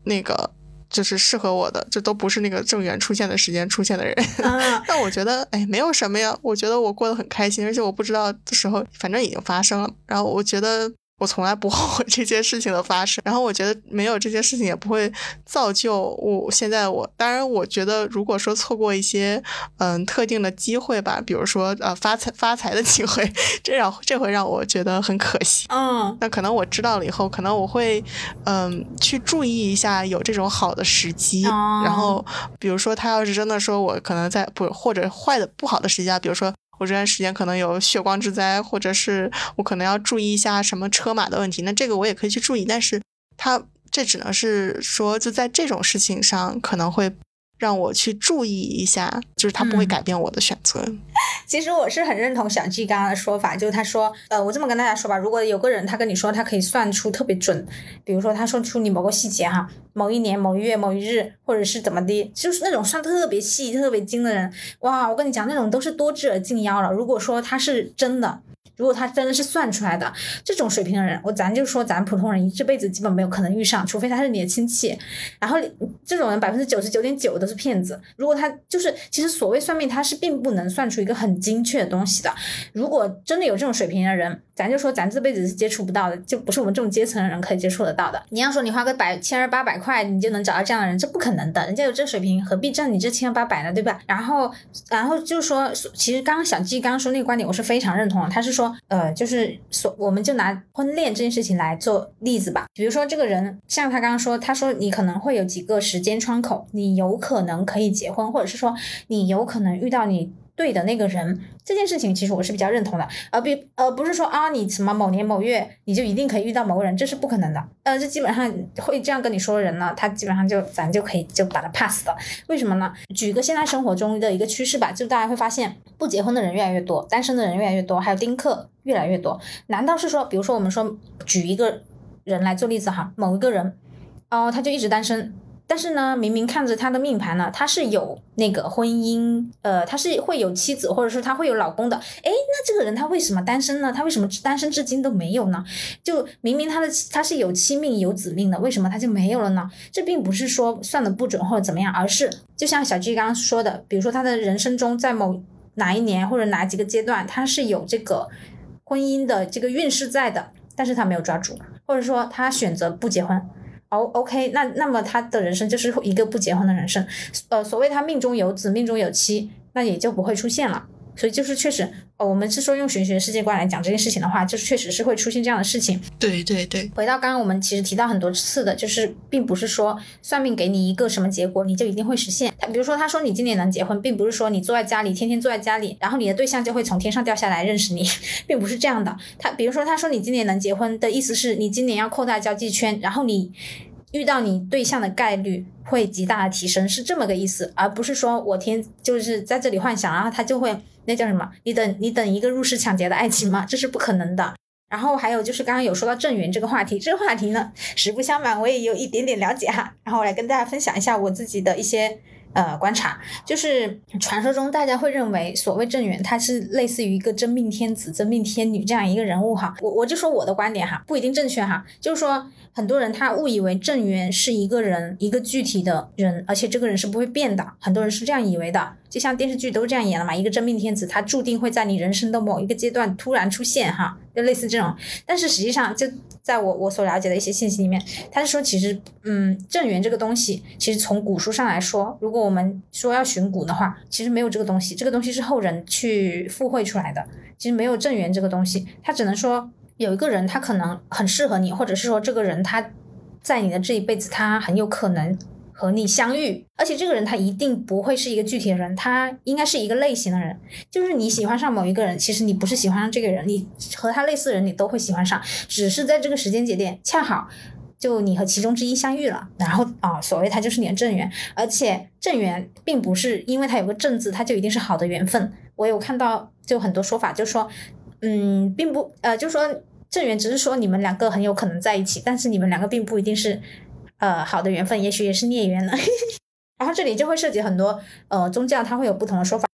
那个就是适合我的，这都不是那个正缘出现的时间出现的人。但我觉得没有什么呀，我觉得我过得很开心，而且我不知道的时候反正已经发生了，然后我觉得我从来不后悔这件事情的发生，然后我觉得没有这件事情也不会造就我现在当然我觉得如果说错过一些特定的机会吧，比如说发财的机会，这会让我觉得很可惜。那可能我知道了以后，可能我会去注意一下有这种好的时机，然后比如说他要是真的说我可能在或者不好的时机啊，比如说我这段时间可能有血光之灾，或者是我可能要注意一下什么车马的问题，那这个我也可以去注意，但是这只能是说就在这种事情上可能会让我去注意一下，就是它不会改变我的选择。 其实我是很认同小 G 刚刚的说法，就是他说我这么跟大家说吧，如果有个人他跟你说他可以算出特别准，比如说他说出你某个细节哈，某一年某一月某一日，或者是怎么的，就是那种算特别细特别精的人，哇，我跟你讲那种都是多智而近妖了。如果说他是真的，如果他真的是算出来的，这种水平的人，咱就说咱普通人这辈子基本没有可能遇上，除非他是你的亲戚。然后这种人99.9%都是骗子。如果他就是其实所谓算命，他是并不能算出一个很精确的东西的。如果真的有这种水平的人，咱就说咱这辈子是接触不到的，就不是我们这种阶层的人可以接触得到的。你要说你花个1200-800块你就能找到这样的人，这不可能的，人家有这水平何必挣你这1200-800呢，对吧？然后就是说，其实刚刚小 G 刚刚说那个观点我是非常认同的。他是说就是我们就拿婚恋这件事情来做例子吧。比如说这个人像他刚刚说，他说你可能会有几个时间窗口，你有可能可以结婚，或者是说你有可能遇到你对的那个人，这件事情其实我是比较认同的，不是说你什么某年某月你就一定可以遇到某个人，这是不可能的。这基本上会这样跟你说的人呢，他基本上咱就可以就把他 pass 了。为什么呢？举一个现在生活中的一个趋势吧，就大家会发现不结婚的人越来越多，单身的人越来越多，还有丁克越来越多。难道是说，比如说我们说举一个人来做例子哈，某一个人他就一直单身，但是呢明明看着他的命盘呢，他是有那个婚姻他是会有妻子，或者说他会有老公的。那这个人他为什么单身呢？他为什么单身至今都没有呢？就明明他是有妻命有子命的，为什么他就没有了呢？这并不是说算的不准或者怎么样，而是就像小 G 刚刚说的，比如说他的人生中在哪一年或者哪几个阶段他是有这个婚姻的这个运势在的，但是他没有抓住，或者说他选择不结婚。OK， 那么他的人生就是一个不结婚的人生。所谓他命中有子命中有妻，那也就不会出现了。所以就是确实我们是说用玄学世界观来讲这件事情的话，就是确实是会出现这样的事情。 对对对， 回到刚刚我们其实提到很多次的，就是并不是说算命给你一个什么结果你就一定会实现。比如说他说你今年能结婚，并不是说你坐在家里天天坐在家里，然后你的对象就会从天上掉下来认识你，并不是这样的。比如说他说你今年能结婚的意思是你今年要扩大交际圈，然后你遇到你对象的概率会极大的提升，是这么个意思，而不是说我就是在这里幻想，然后他就会那叫什么你等一个入室抢劫的爱情吗？这是不可能的。然后还有就是刚刚有说到正缘这个话题，这个话题呢实不相瞒我也有一点点了解哈，然后我来跟大家分享一下我自己的一些观察。就是传说中大家会认为所谓正缘它是类似于一个真命天子真命天女这样一个人物哈，我就说我的观点哈，不一定正确哈，就是说很多人他误以为正缘是一个人一个具体的人，而且这个人是不会变的，很多人是这样以为的，就像电视剧都这样演了嘛，一个真命天子他注定会在你人生的某一个阶段突然出现哈，就类似这种。但是实际上就在我所了解的一些信息里面，他是说其实正缘这个东西其实从古书上来说，如果我们说要寻古的话，其实没有这个东西，这个东西是后人去附会出来的，其实没有正缘这个东西，他只能说有一个人他可能很适合你，或者是说这个人他在你的这一辈子他很有可能和你相遇，而且这个人他一定不会是一个具体的人，他应该是一个类型的人，就是你喜欢上某一个人，其实你不是喜欢上这个人，你和他类似的人你都会喜欢上，只是在这个时间节点恰好就你和其中之一相遇了，然后所谓他就是你的正缘。而且正缘并不是因为他有个正字他就一定是好的缘分，我有看到就很多说法就说并不就说正缘只是说你们两个很有可能在一起，但是你们两个并不一定是好的缘分，也许也是孽缘呢然后这里就会涉及很多宗教它会有不同的说法。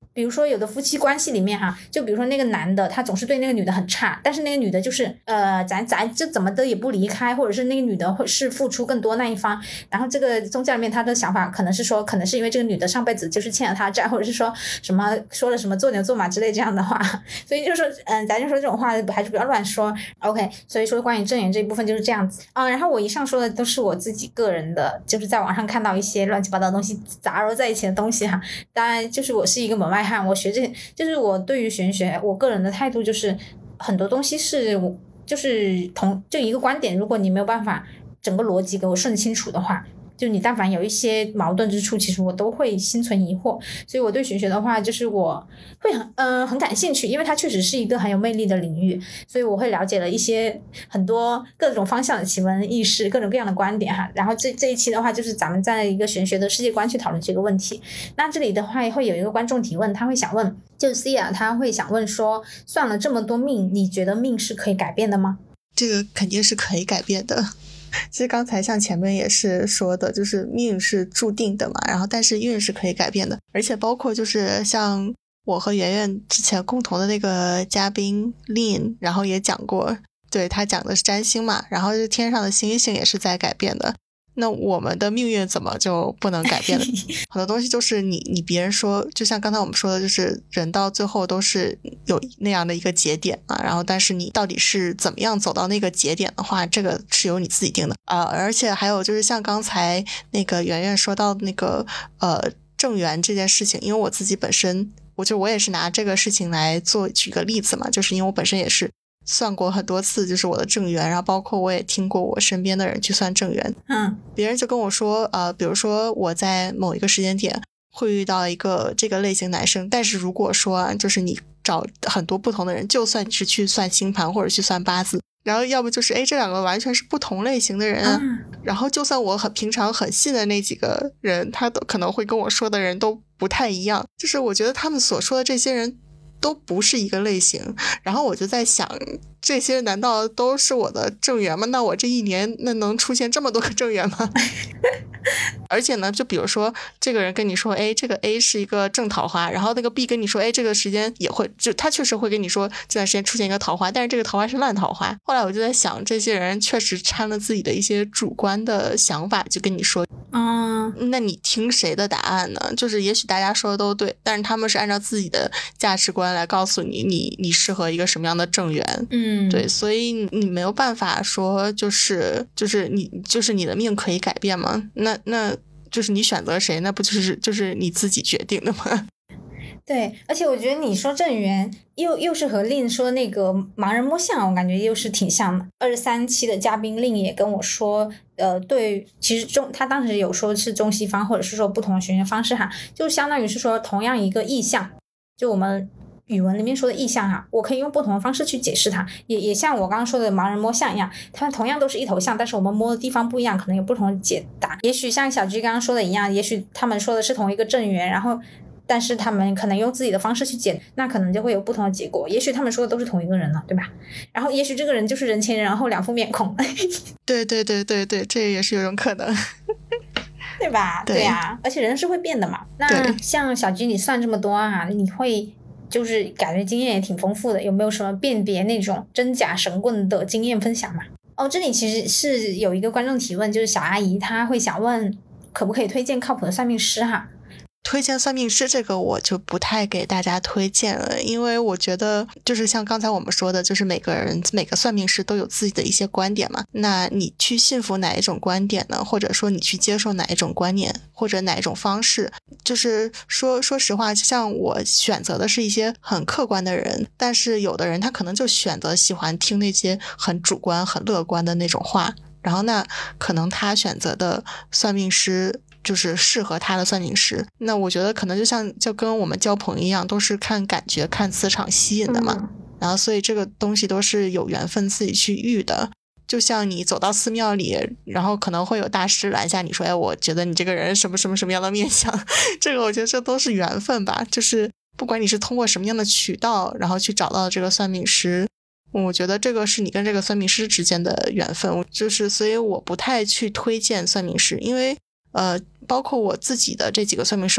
比如说有的夫妻关系里面哈，就比如说那个男的他总是对那个女的很差，但是那个女的就是咱就怎么的也不离开，或者是那个女的会是付出更多那一方，然后这个宗教里面他的想法可能是说，可能是因为这个女的上辈子就是欠了他债，或者是说什么说了什么做牛做马之类这样的话，所以就说咱就说这种话还是不要乱说。 OK， 所以说关于正缘这一部分就是这样子然后我以上说的都是我自己个人的，就是在网上看到一些乱七八糟的东西杂糅在一起的东西哈。当然就是我是一个门外汉，我学这就是我对于玄学我个人的态度就是很多东西是我就是就一个观点，如果你没有办法整个逻辑给我顺清楚的话，就你但凡有一些矛盾之处，其实我都会心存疑惑。所以我对玄学的话就是我会很感兴趣，因为它确实是一个很有魅力的领域，所以我会了解了一些很多各种方向的奇闻异事，各种各样的观点哈。然后这一期的话就是咱们在一个玄学的世界观去讨论这个问题。那这里的话会有一个观众提问，他会想问，就 Cia 他会想问说，算了这么多命，你觉得命是可以改变的吗？ 这个肯定是可以改变的。其实刚才像前面也是说的，就是命是注定的嘛，然后但是运是可以改变的，而且包括就是像我和圆圆之前共同的那个嘉宾 Lin， 然后也讲过，对，他讲的是占星嘛，然后天上的星星也是在改变的，那我们的命运怎么就不能改变了？很多东西就是你别人说，就像刚才我们说的，就是人到最后都是有那样的一个节点啊，然后但是你到底是怎么样走到那个节点的话，这个是由你自己定的而且还有就是像刚才那个圆圆说到那个正缘这件事情，因为我自己本身我也是拿这个事情来举个例子嘛，就是因为我本身也是算过很多次就是我的正缘，然后包括我也听过我身边的人去算正缘，别人就跟我说比如说我在某一个时间点会遇到一个这个类型男生，但是如果说就是你找很多不同的人，就算你是去算星盘或者去算八字，然后要不就是这两个完全是不同类型的人然后就算我平常很信的那几个人，他都可能会跟我说的人都不太一样，就是我觉得他们所说的这些人都不是一个类型，然后我就在想，这些难道都是我的正缘吗？那我这一年那能出现这么多个正缘吗？而且呢，就比如说这个人跟你说这个 A 是一个正桃花，然后那个 B 跟你说这个时间也会，就他确实会跟你说这段时间出现一个桃花，但是这个桃花是烂桃花。后来我就在想，这些人确实掺了自己的一些主观的想法就跟你说那你听谁的答案呢？就是也许大家说的都对，但是他们是按照自己的价值观来告诉你适合一个什么样的正缘对，所以你没有办法说就是你的命可以改变吗？那就是你选择谁，那不就是你自己决定的吗？ 对，而且我觉得你说正缘又是和令说那个盲人摸象，我感觉又是挺像的。23期的嘉宾令也跟我说对，其实他当时有说是中西方或者是说不同的玄学方式哈，就相当于是说同样一个意象，就我们语文里面说的意象哈，我可以用不同的方式去解释它，也像我刚刚说的盲人摸象一样，他们同样都是一头象，但是我们摸的地方不一样，可能有不同的解答。也许像小G刚刚说的一样，也许他们说的是同一个正缘，然后但是他们可能用自己的方式去解，那可能就会有不同的结果。也许他们说的都是同一个人了，对吧？然后也许这个人就是人前人后两副面孔。 对，这也是有种可能。 对吧？对啊，而且人是会变的嘛。那像小G你算这么多你会就是感觉经验也挺丰富的，有没有什么辨别那种真假神棍的经验分享嘛？这里其实是有一个观众提问，就是小阿姨她会想问可不可以推荐靠谱的算命师推荐算命师这个我就不太给大家推荐了，因为我觉得就是像刚才我们说的，就是每个算命师都有自己的一些观点嘛，那你去信服哪一种观点呢？或者说你去接受哪一种观念或者哪一种方式，就是说实话，像我选择的是一些很客观的人，但是有的人他可能就选择喜欢听那些很主观很乐观的那种话，然后那可能他选择的算命师就是适合他的算命师。那我觉得可能就跟我们交朋友一样，都是看感觉看磁场吸引的嘛然后所以这个东西都是有缘分自己去遇的。就像你走到寺庙里，然后可能会有大师拦下你说我觉得你这个人什么什么什么样的面相这个我觉得这都是缘分吧，就是不管你是通过什么样的渠道然后去找到这个算命师，我觉得这个是你跟这个算命师之间的缘分，就是所以我不太去推荐算命师，因为包括我自己的这几个算命师，我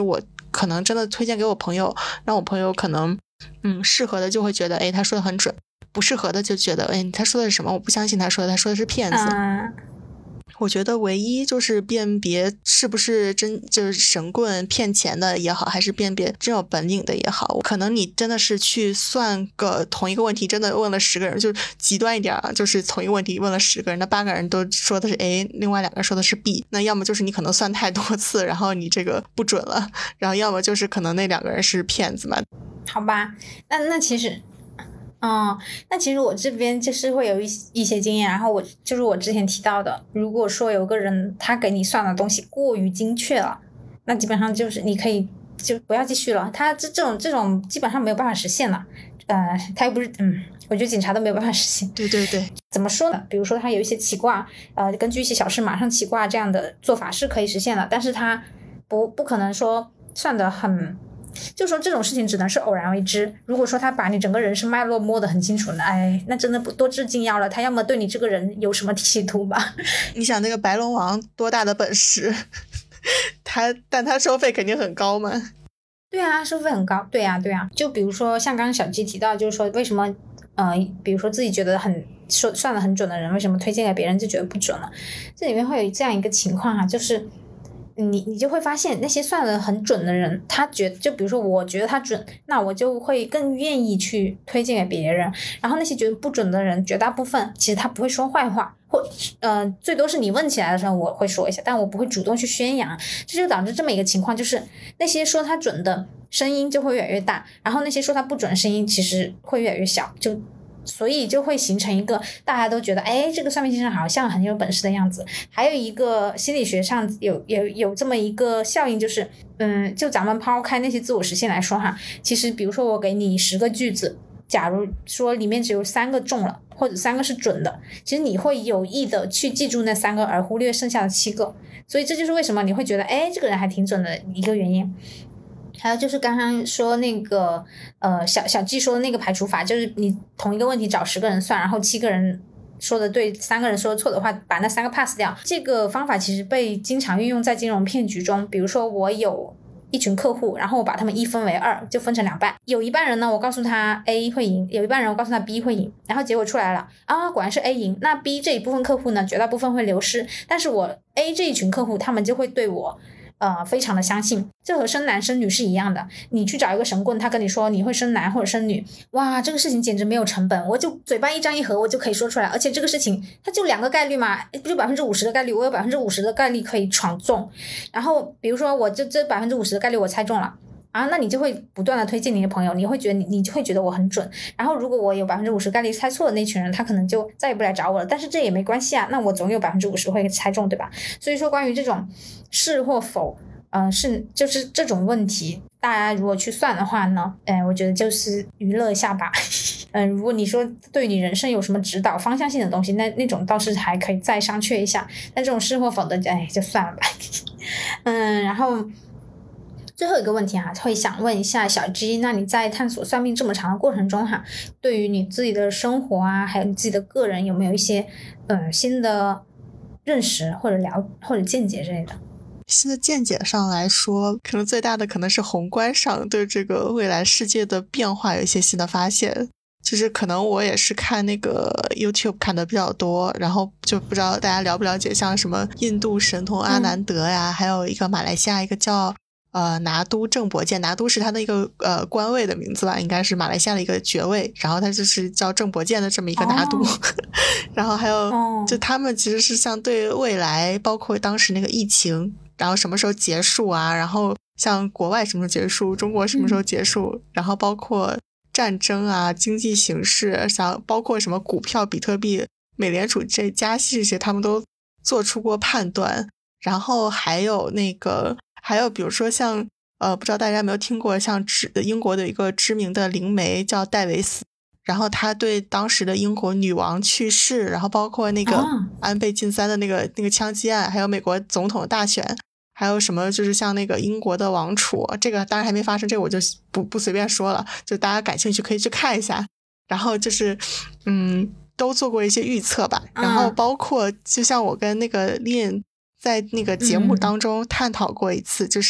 可能真的推荐给我朋友，让我朋友可能适合的就会觉得他说的很准，不适合的就觉得他说的是什么，我不相信他说的是骗子。我觉得唯一就是辨别是不是就是神棍骗钱的也好，还是辨别真有本领的也好，可能你真的是去算个同一个问题，真的问了10个人，就极端一点啊，就是同一个问题问了10个人，那8个人都说的是 A， 另外2个说的是 B， 那要么就是你可能算太多次，然后你这个不准了，然后要么就是可能那2个人是骗子嘛。 好吧，那其实那其实我这边就是会有一些经验，然后就是我之前提到的，如果说有个人他给你算的东西过于精确了，那基本上就是你可以就不要继续了，他这种基本上没有办法实现了，他又不是我觉得警察都没有办法实现。 对对对， 怎么说呢？比如说他有一些起卦，根据一些小事马上起卦这样的做法是可以实现的，但是他不可能说算得很。就说这种事情只能是偶然为之，如果说他把你整个人生脉络摸得很清楚呢，那真的不多致敬要了，他要么对你这个人有什么企图吧。 你想那个白龙王多大的本事，但他收费肯定很高嘛。 对啊，收费很高，对啊，就比如说像刚刚小鸡提到，就是说为什么比如说自己觉得算得很准的人，为什么推荐给别人就觉得不准了？这里面会有这样一个情况哈，就是你就会发现那些算得很准的人，就比如说我觉得他准，那我就会更愿意去推荐给别人，然后那些觉得不准的人，绝大部分其实他不会说坏话，或最多是你问起来的时候我会说一下，但我不会主动去宣扬，这就导致这么一个情况，就是那些说他准的声音就会越来越大，然后那些说他不准的声音其实会越来越小，所以就会形成一个大家都觉得这个算命先生好像很有本事的样子。还有一个心理学上有这么一个效应，就是就咱们抛开那些自我实现来说哈，其实比如说我给你10个句子，假如说里面只有3个中了，或者3个是准的，其实你会有意的去记住那3个而忽略剩下的7个，所以这就是为什么你会觉得这个人还挺准的一个原因。还有就是刚刚说那个小G说的那个排除法，就是你同一个问题找10个人算，然后7个人说的对，3个人说的错的话，把那3个 pass 掉。这个方法其实被经常运用在金融骗局中，比如说我有一群客户，然后我把他们一分为2，就分成2半，有一半人呢我告诉他 A 会赢，有一半人我告诉他 B 会赢，然后结果出来了果然是 A 赢，那 B 这一部分客户呢绝大部分会流失，但是我 A 这一群客户他们就会对我非常的相信。这和生男生女是一样的，你去找一个神棍，他跟你说你会生男或者生女，哇，这个事情简直没有成本，我就嘴巴一张一合我就可以说出来，而且这个事情它就2个概率嘛，不就50%的概率，我有50%的概率可以闯中，然后比如说我这50%的概率我猜中了那你就会不断的推荐你的朋友，你会觉得你就会觉得我很准，然后如果我有50%概率猜错的那群人，他可能就再也不来找我了，但是这也没关系那我总有50%会猜中，对吧？所以说关于这种是或否就是这种问题，大家如果去算的话呢我觉得就是娱乐一下吧如果你说对你人生有什么指导方向性的东西，那种倒是还可以再商榷一下，但这种是或否的就算了吧然后最后一个问题会想问一下小G，那你在探索算命这么长的过程中对于你自己的生活还有你自己的个人有没有一些新的认识或者见解之类的？ 新的见解上来说，可能最大的可能是宏观上对这个未来世界的变化有一些新的发现，就是可能我也是看那个 YouTube 看的比较多，然后就不知道大家了不了解像什么印度神童阿南德呀，还有一个马来西亚一个叫拿督郑伯健，拿督是他的一个官位的名字吧，应该是马来西亚的一个爵位，然后他就是叫郑伯健的这么一个拿督然后还有就他们其实是像对未来包括当时那个疫情然后什么时候结束然后像国外什么时候结束，中国什么时候结束，然后包括战争经济形势，像包括什么股票比特币美联储这加息这些他们都做出过判断。然后还有比如说像不知道大家有没有听过，像英国的一个知名的灵媒叫戴维斯，然后他对当时的英国女王去世，然后包括那个安倍晋三的那个枪击案，还有美国总统大选，还有什么就是像那个英国的王储，这个当然还没发生，这个我就不随便说了，就大家感兴趣可以去看一下。然后就是都做过一些预测吧，然后包括就像我跟那个Lin在那个节目当中探讨过一次，就是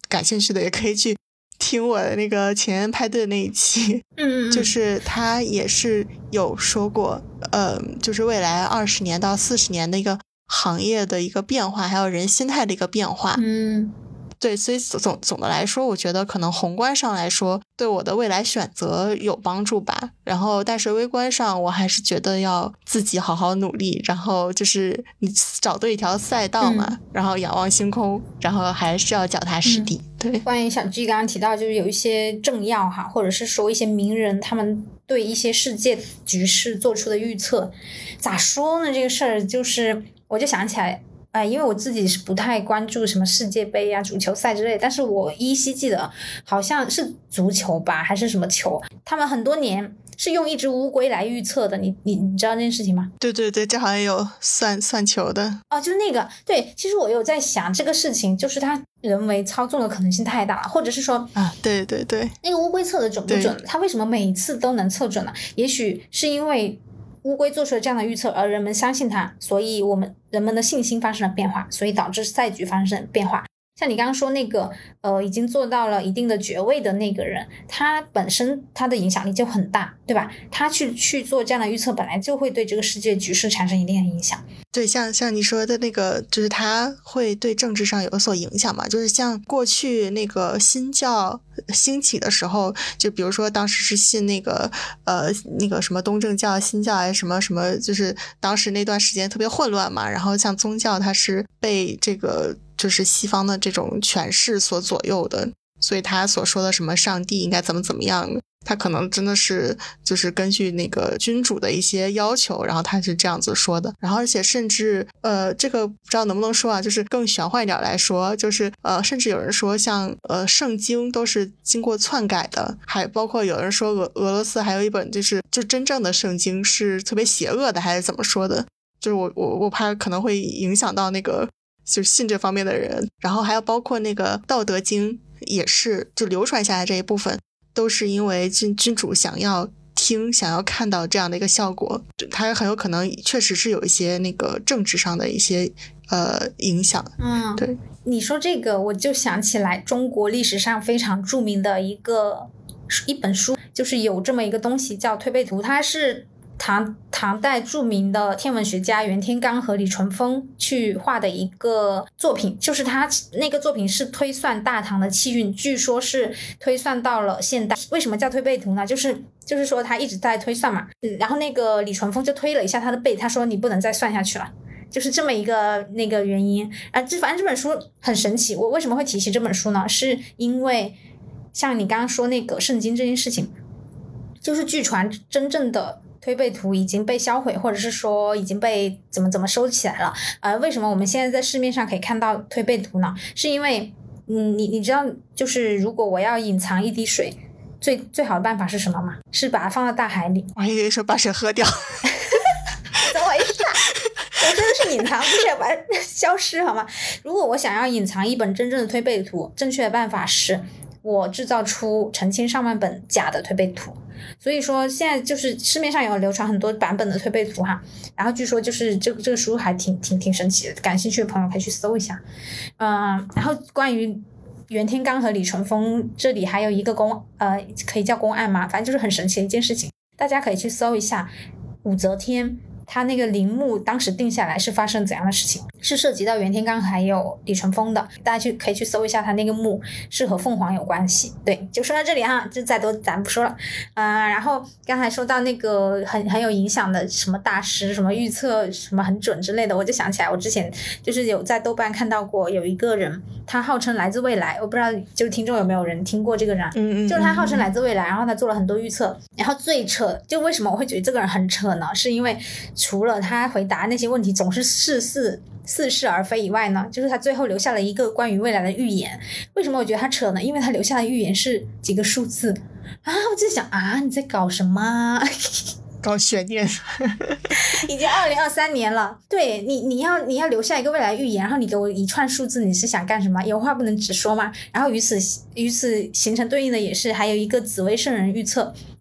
感兴趣的也可以去听我的那个前沿派对的那一期，就是他也是有说过，就是未来20年到40年的一个行业的一个变化，还有人心态的一个变化。对，所以总的来说，我觉得可能宏观上来说，对我的未来选择有帮助吧。然后，但是微观上，我还是觉得要自己好好努力，然后就是你找对一条赛道嘛，然后仰望星空，然后还是要脚踏实地。对， 关于小 G 刚刚提到，就是有一些政要哈，或者是说一些名人，他们对一些世界局势做出的预测，咋说呢？这个事儿就是我就想起来。因为我自己是不太关注什么世界杯啊、足球赛之类的，但是我依稀记得好像是足球吧，还是什么球，他们很多年是用一只乌龟来预测的，你知道这件事情吗？ 对对对，这好像有算球的哦，就是那个，对，其实我有在想这个事情，就是它人为操纵的可能性太大了，或者是说啊，对对对， 那个乌龟测的准不准？它为什么每一次都能测准呢？也许是因为乌龟做出了这样的预测，而人们相信它，所以人们的信心发生了变化，所以导致赛局发生了变化。像你刚刚说那个已经做到了一定的爵位的那个人，他本身他的影响力就很大，对吧？他去做这样的预测，本来就会对这个世界局势产生一定的影响。 对，像你说的那个，就是他会对政治上有所影响嘛，就是像过去那个新教兴起的时候，就比如说当时是信那个什么东正教、新教还是什么什么，就是当时那段时间特别混乱嘛，然后像宗教它是被这个就是西方的这种权势所左右的，所以他所说的什么上帝应该怎么样，他可能真的是就是根据那个君主的一些要求，然后他是这样子说的。然后而且甚至这个不知道能不能说啊，就是更玄幻一点来说，就是甚至有人说像圣经都是经过篡改的，还包括有人说俄罗斯还有一本就真正的圣经是特别邪恶的，还是怎么说的，就是我怕可能会影响到那个就信这方面的人。然后还有包括那个道德经也是就流传下来这一部分都是因为君主想要看到这样的一个效果，它很有可能确实是有一些那个政治上的一些影响。对， 你说这个我就想起来中国历史上非常著名的一本书，就是有这么一个东西叫推背图，它是唐代著名的天文学家袁天罡和李淳风去画的一个作品，就是他那个作品是推算大唐的气运，据说是推算到了现代。为什么叫推背图呢？就是说他一直在推算嘛，然后那个李淳风就推了一下他的背，他说你不能再算下去了，就是这么一个那个原因反正这本书很神奇。我为什么会提起这本书呢？是因为像你刚刚说那个圣经这件事情，就是据传真正的推背图已经被销毁，或者是说已经被怎么收起来了。为什么我们现在在市面上可以看到推背图呢？是因为你知道就是如果我要隐藏一滴水，最好的办法是什么吗？是把它放到大海里。 我以为说把水喝掉等我一下，我真的是隐藏，不是要把它消失好吗？如果我想要隐藏一本真正的推背图，正确的办法是我制造出成千上万本假的推背图。所以说现在就是市面上有流传很多版本的推背图哈，然后据说就是这个书还挺神奇的，感兴趣的朋友可以去搜一下。然后关于袁天罡和李淳风，这里还有一个可以叫公案吗？反正就是很神奇的一件事情，大家可以去搜一下武则天他那个陵墓当时定下来是发生怎样的事情，是涉及到袁天罡还有李淳风的，大家可以去搜一下他那个墓是和凤凰有关系。对，就说到这里哈，就再多咱不说了。然后刚才说到那个很有影响的什么大师，什么预测什么很准之类的，我就想起来我之前就是有在豆瓣看到过有一个人，他号称来自未来，我不知道就是听众有没有人听过这个人。就是他号称来自未来，然后他做了很多预测，然后最扯就为什么我会觉得这个人很扯呢？是因为除了他回答那些问题总是似是而非以外呢，就是他最后留下了一个关于未来的预言。为什么我觉得他扯呢？因为他留下的预言是几个数字我就想你在搞什么搞悬念已经2023年了，对，你要留下一个未来预言，然后你给我一串数字，你是想干什么？有话不能直说吗？然后与此形成对应的也是还有一个紫微圣人预测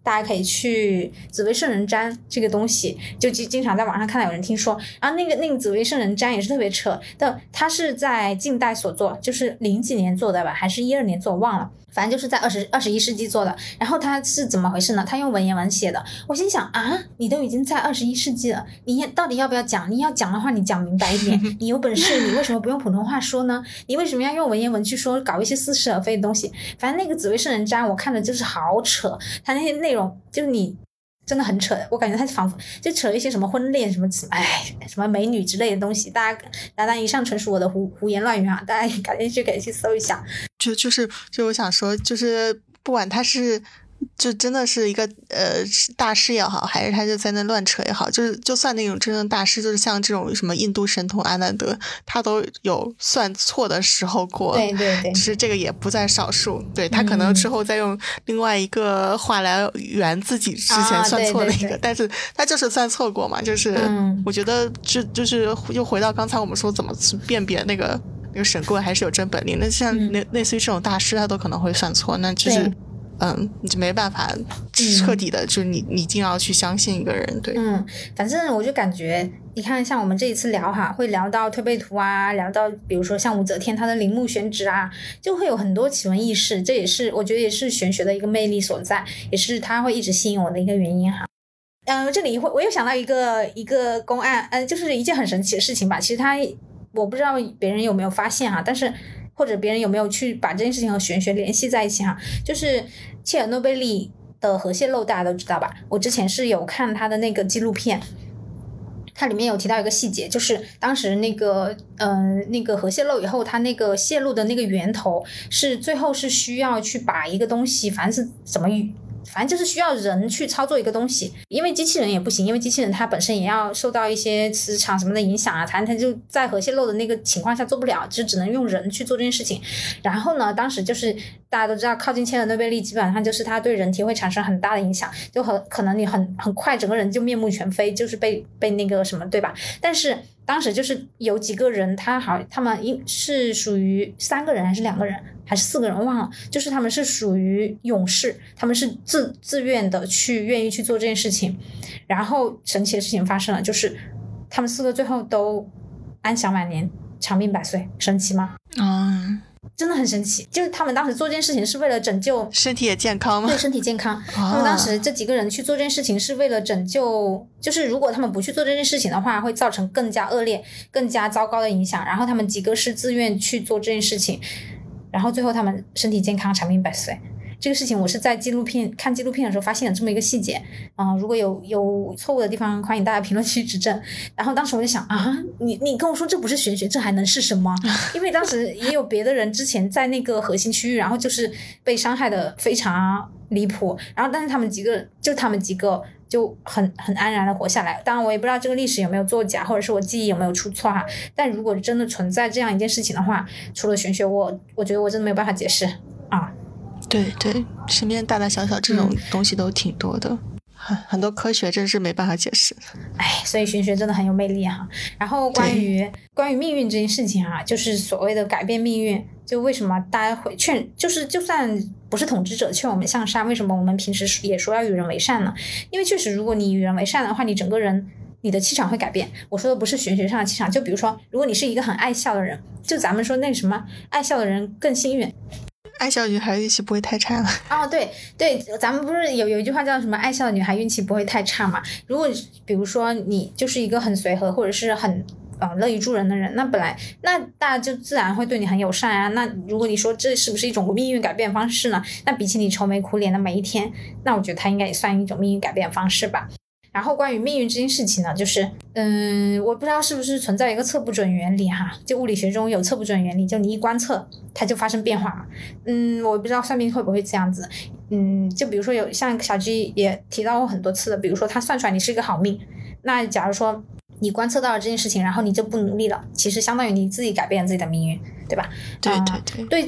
大家可以去紫微圣人占这个东西，就经常在网上看到有人听说，然后那个紫微圣人占也是特别扯，但它是在近代所做，就是00几年做的吧，还是12年做，我忘了。反正就是在21世纪做的，然后它是怎么回事呢？它用文言文写的。我心想啊，你都已经在21世纪了，你到底要不要讲？你要讲的话，你讲明白一点。你有本事，你为什么不用普通话说呢？你为什么要用文言文去说，搞一些似是而非的东西？反正那个紫微圣人占，我看的就是好扯，它那些内容就是你。真的很扯，我感觉他仿佛就扯一些什么婚恋什么什么美女之类的东西，大家单单以上纯属我的胡言乱语啊，大家感兴趣可以去搜一下。 就我想说，就是不管他是就真的是一个大师也好，还是他就在那乱扯也好，就算那种真正大师，就是像这种什么印度神童阿南德，他都有算错的时候过。 对对对， 只是这个也不在少数。对，他可能之后再用另外一个话来圆自己之前算错的一个，但是他就是算错过嘛。就是我觉得就是又回到刚才我们说怎么去辨别那个神棍还是有真本领。那像类似于这种大师，他都可能会算错，那就是你就没办法彻底的，就是你一定要去相信一个人。对， 反正我就感觉，你看像我们这一次聊哈，会聊到推背图啊，聊到比如说像武则天她的陵墓选址啊，就会有很多奇闻异事，这也是我觉得也是玄学的一个魅力所在，也是它会一直吸引我的一个原因哈。这里我又想到一个公案，就是一件很神奇的事情吧。其实我不知道别人有没有发现哈，但是或者别人有没有去把这件事情和玄学联系在一起哈，就是切尔诺贝利的核泄漏大家都知道吧，我之前是有看他的那个纪录片，它里面有提到一个细节，就是当时那个核泄漏以后，它那个泄露的那个源头是最后是需要去把一个东西，反正是怎么反正就是需要人去操作一个东西，因为机器人也不行，因为机器人它本身也要受到一些磁场什么的影响啊，它就在核泄漏的那个情况下做不了，就只能用人去做这件事情。然后呢，当时就是大家都知道，靠近切尔诺贝利基本上就是它对人体会产生很大的影响，就可能你很快整个人就面目全非，就是被那个什么，对吧？但是当时就是有几个人，他们是属于3个人还是2个人还是4个人忘了，就是他们是属于勇士，他们是自愿的愿意去做这件事情。然后神奇的事情发生了，就是他们4个最后都安享晚年，长命百岁。神奇吗？真的很神奇，就是他们当时做这件事情是为了拯救身体也健康吗？ 对，身体健康。他们当时这几个人去做这件事情是为了拯救，就是如果他们不去做这件事情的话，会造成更加恶劣更加糟糕的影响，然后他们几个是自愿去做这件事情，然后最后他们身体健康，长命百岁。这个事情我是在看纪录片的时候发现了这么一个细节，如果有错误的地方，欢迎大家评论区指正。然后当时我就想你跟我说这不是玄学，这还能是什么？因为当时也有别的人之前在那个核心区域，然后就是被伤害的非常离谱，然后但是他们几个就很安然的活下来。当然我也不知道这个历史有没有作假，或者是我记忆有没有出错哈。但如果真的存在这样一件事情的话，除了玄学，我觉得我真的没有办法解释啊。 对对，身边大大小小这种东西都挺多的，很多科学真是没办法解释。 所以玄学真的很有魅力哈。然后关于命运这件事情啊，就是所谓的改变命运，就为什么大家会就是就算不是统治者劝我们向善，为什么我们平时也说要与人为善呢？因为确实如果你与人为善的话，你整个人你的气场会改变。我说的不是玄学上的气场，就比如说如果你是一个很爱笑的人，就咱们说那什么爱笑的人更幸运， 爱笑的女孩运气不会太差对对，咱们不是有一句话叫什么爱笑的女孩运气不会太差嘛？如果比如说你就是一个很随和或者是很乐于助人的人，那大家就自然会对你很友善啊。那如果你说这是不是一种命运改变方式呢？那比起你愁眉苦脸的每一天，那我觉得它应该也算一种命运改变方式吧。然后关于命运这件事情呢，就是我不知道是不是存在一个测不准原理哈，就物理学中有测不准原理，就你一观测它就发生变化嘛。我不知道算命会不会这样子。就比如说有像小 G 也提到过很多次的，比如说他算出来你是一个好命，那假如说你观测到了这件事情，然后你就不努力了，其实相当于你自己改变了自己的命运，对吧？ 对对对。 对，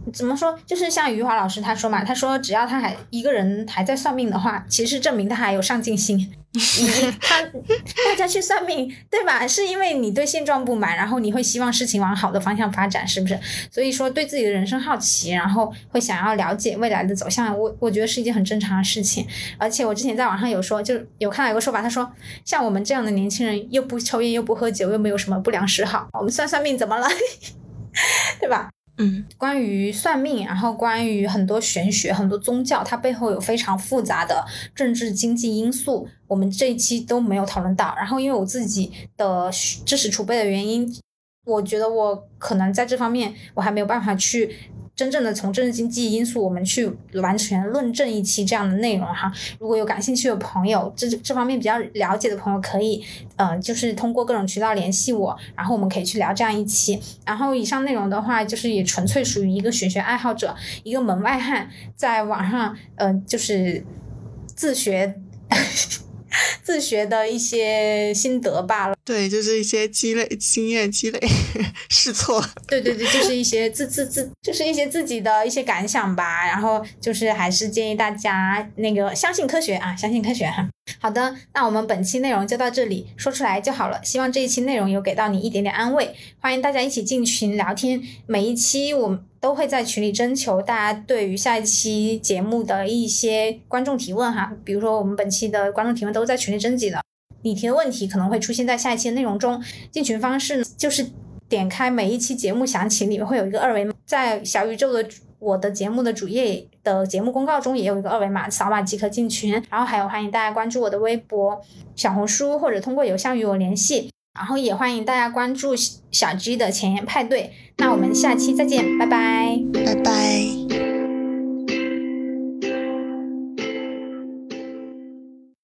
怎么说，就是像余华老师他说嘛，他说只要他一个人还在算命的话，其实证明他还有上进心。大家去算命，对吧？是因为你对现状不满，然后你会希望事情往好的方向发展，是不是？所以说对自己的人生好奇，然后会想要了解未来的走向，我觉得是一件很正常的事情。而且我之前在网上有说，就有看到有个说法，他说像我们这样的年轻人，又不抽烟又不喝酒，又没有什么不良嗜好，我们算命怎么了？对吧？关于算命，然后关于很多玄学、很多宗教，它背后有非常复杂的政治经济因素，我们这一期都没有讨论到。然后因为我自己的知识储备的原因，我觉得我可能在这方面我还没有办法去真正的从政治经济因素我们去完全论证一期这样的内容哈。如果有感兴趣的朋友，这方面比较了解的朋友，可以就是通过各种渠道联系我，然后我们可以去聊这样一期。然后以上内容的话，就是也纯粹属于一个玄学爱好者，一个门外汉在网上就是自学自学的一些心得罢了。 对，就是一些经验积累试错。 对，就是一些就是一些自己的一些感想吧。然后就是还是建议大家那个相信科学啊，相信科学哈。好的，那我们本期内容就到这里，说出来就好了。希望这一期内容有给到你一点点安慰，欢迎大家一起进群聊天。每一期我们都会在群里征求大家对于下一期节目的一些观众提问哈，比如说我们本期的观众提问都在群里征集的，你提的问题可能会出现在下一期的内容中。进群方式呢，就是点开每一期节目详情里面会有一个二维码，在小宇宙的我的节目的主页的节目公告中也有一个二维码，扫码即可进群。然后还有欢迎大家关注我的微博、小红书，或者通过邮箱与我联系。然后也欢迎大家关注小 G 的前沿派对。那我们下期再见，拜拜， 拜拜。